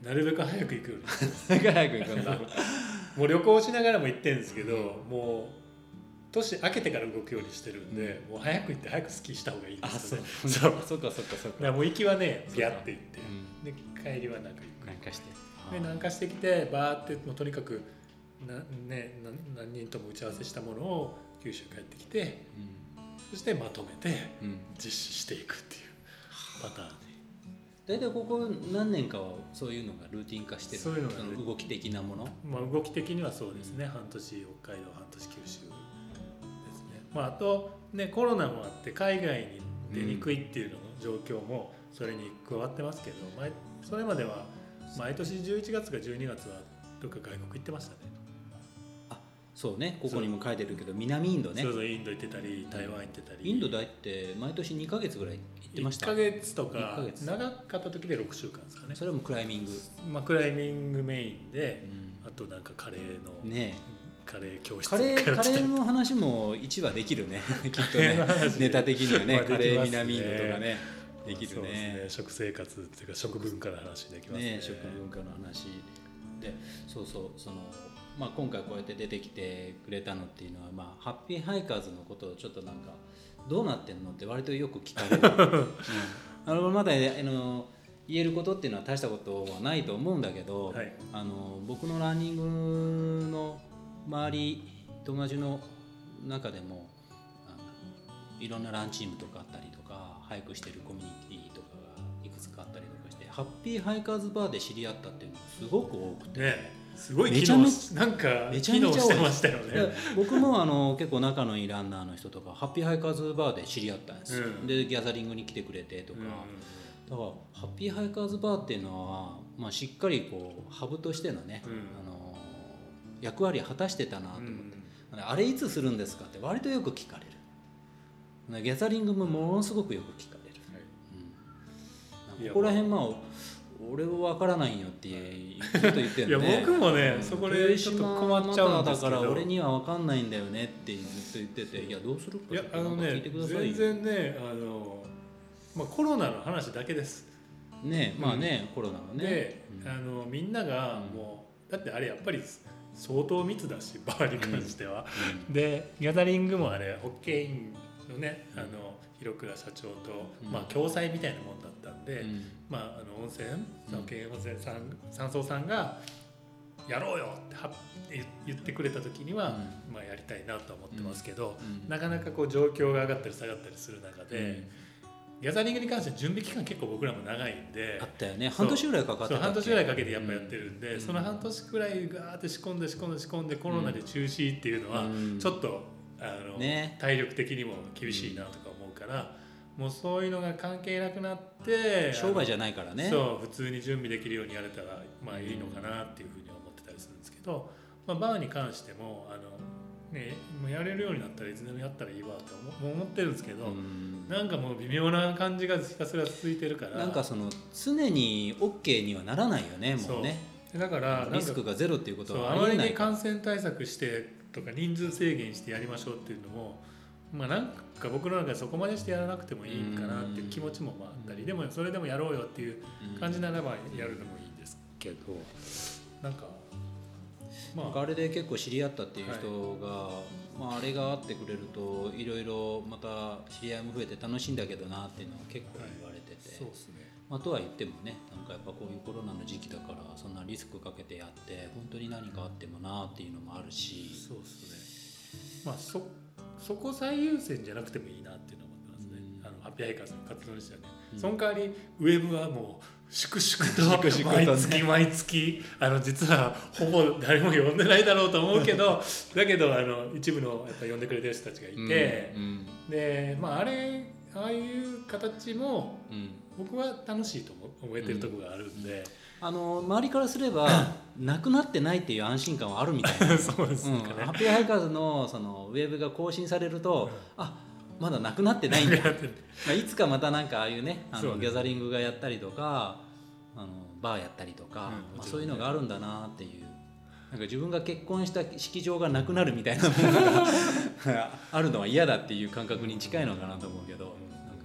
なるべく早く行くように早く行くんだもう旅行しながらも行ってるんですけど、もう年明けてから動くようにしてるんで、もう早く行って早くスキーした方がいいですよね。 そっかそっかだからもう行きはねビャって行って、で帰りはなんかゆっくり南下してで南下してきてバーってもうとにかく何人とも打ち合わせしたものを九州帰ってきて、そしてまとめて実施していくっていうパターンで、 大体ここ何年かはそういうのがルーティン化してる、 そういうのがその動き的なもの、 まあ、動き的にはそうですね、半年北海道半年九州ですね。まあ、あとねコロナもあって海外に出にくいっていうのの状況もそれに加わってますけど、それまでは毎年11月か12月はどっか外国行ってましたね。 あ、そうね、ここにも書いてるけど南インドね。 そうそう、インド行ってたり台湾行ってたり。 インドだって毎年2ヶ月ぐらい行ってました。 1ヶ月とか長かった時で6週間ですかね。 それもクライミング、 まあ、クライミングメインで、あとなんかカレーのね、 カレー教室、 カレーの話も1話できるねきっとねネタ的にはね、カレー南インドとかねできるね。そうですね、 食生活っていうか食文化の話できますね。 食文化の話で、そうそう、そのまあ、今回こうやって出てきてくれたのっていうのは、まあ、ハッピーハイカーズのことをちょっとなんかどうなってんのって割とよく聞かれる、まだ言えることっていうのは大したことはないと思うんだけど、はい、僕のランニングの周り友達の中でもいろんなランチームとかあったりとかハイクしてるコミュニティとかがいくつかあったりとかして、ハッピーハイカーズバーで知り合ったっていうのがすごく多くて、 ね、すごい機能なんか機能してましたよね。 僕も結構仲のいいランナーの人とかハッピーハイカーズバーで知り合ったんですよ、でギャザリングに来てくれてとか、だからハッピーハイカーズバーっていうのは、まあ、しっかりこうハブとしてのね、役割を果たしてたなと思って、あれいつするんですかって割とよく聞かれる。ギャザリングもものすごくよく聞かれる、ここら辺まあ俺は分からないよってずっと言ってるんでいや僕もね、そこでちょっと困っちゃうんですけど、 だから俺には分かんないんだよねってずっと言ってて、いやどうするかいや聞いてくださいよ。全然ねまあ、コロナの話だけですね。まあね、コロナのねで、みんながもう、だってあれやっぱり相当密だしバーに関しては、でギャザリングもあれホッケーインのね広倉社長と、まあ、共催みたいなもんだったんで、まあ、温泉山荘さんがやろうよって言ってくれた時には、まあ、やりたいなと思ってますけど、なかなかこう状況が上がったり下がったりする中で、ギャザリングに関しては準備期間結構僕らも長いんで、 あったよね、半年ぐらいかかってたっけ。 半年ぐらいかけてやっぱやってるんで、その半年くらいガーって仕込んでコロナで中止っていうのはちょっと体力的にも厳しいなとか思うから、もうそういうのが関係なくなって商売じゃないからね、 そう普通に準備できるようにやれたらまあいいのかなっていうふうに思ってたりするんですけど、まあ、バーに関してももうやれるようになったらいつでもやったらいいわと思ってるんですけど、なんかもう微妙な感じがひたすら続いてるから、 なんかその常に OK にはならないよね、もうね。 だからリスクがゼロっていうことはありえない。 あまりに感染対策してとか人数制限してやりましょうっていうのも、まあなんか僕の中でそこまでしてやらなくてもいいかなっていう気持ちもまああったり、でもそれでもやろうよっていう感じならばやるのもいいんですけど、なんかまあ、あれで結構知り合ったっていう人が、まあ、あれがあってくれるといろいろまた知り合いも増えて楽しいんだけどなっていうのは結構言われてて、 そうですね。 まあ、とは言ってもね、なんかやっぱこういうコロナの時期だからそんなリスクかけてやって本当に何かあってもなっていうのもあるし、 そうですね。まあそこ最優先じゃなくてもいいなっていうのを思ってますね。ハッピーハイカーズの活動にしてはね、その代わりウェブはもう粛々と毎月実はほぼ誰も呼んでないだろうと思うけどだけど一部のやっぱ呼んでくれてる人たちがいて、でまあああいう形も僕は楽しいと思えてるところがあるんで、 周りからすればなくなってないっていう安心感はあるみたいなそうですね、 ハッピーハイカーズのそのウェブが更新されると、まだなくなってないんだまあいつかまたなんかああいうねギャザリングがやったりとかバーやったりとか、まあ、そういうのがあるんだなっていう、なんか自分が結婚した式場がなくなるみたいなものがあるのは嫌だっていう感覚に近いのかなと思うけど、なんか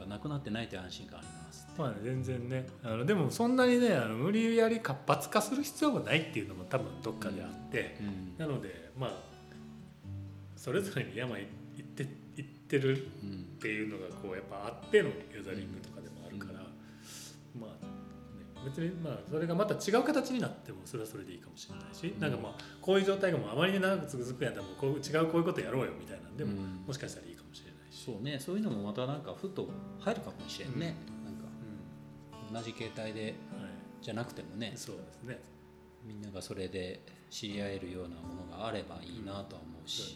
なくなってないという安心感あります。 まあね、全然ねでもそんなにね無理やり活発化する必要もないっていうのも多分どっかであって、なのでまあそれぞれに山行ってるっていうのがこうやっぱあってのギャザリングとかでもあるから、まあ、ね、別にまあそれがまた違う形になってもそれはそれでいいかもしれないし、なんかまあこういう状態がもうあまりに長く続くんやったらもうこういうことやろうよみたいなんでも、もしかしたらいいかもしれないし、 そうね、そういうのもまたなんかふと入るかもしれんね、なんか同じ形態で、じゃなくてもね、 そうですね、 みんながそれで知り合えるようなものがあればいいなとは思うし、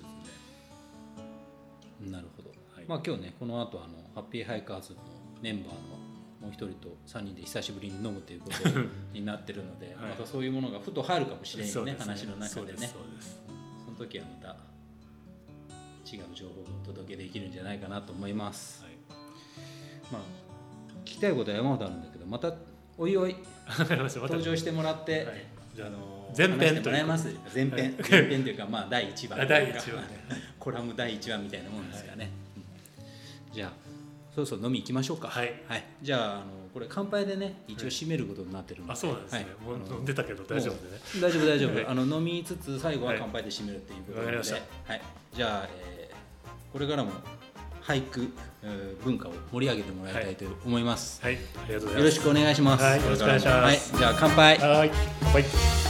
なるほど、まあ今日ねこの後ハッピーハイカーズのメンバーのもう一人と3人で久しぶりに飲むということになってるので、またそういうものがふと入るかもしれんよね、話の中でね。その時はまた違う情報をお届けできるんじゃないかなと思います。まあ聞きたいことは山ほどあるんだけど、またおいおい登場してもらって、 前編というか前編というかまあ第1話というかコラム第1話みたいなもんですかね。じゃあそろそろ飲み行きましょうか。じゃあこれ乾杯でね一応締めることになってるので、 あ、そうなんですね、もう飲んでたけど大丈夫でね、 大丈夫飲みつつ最後は乾杯で締めるっていうことなので、じゃあこれからも俳句文化を盛り上げてもらいたいと思います。 ありがとうございます。 よろしくお願いします。 よろしくお願いします。 じゃあ乾杯。 乾杯。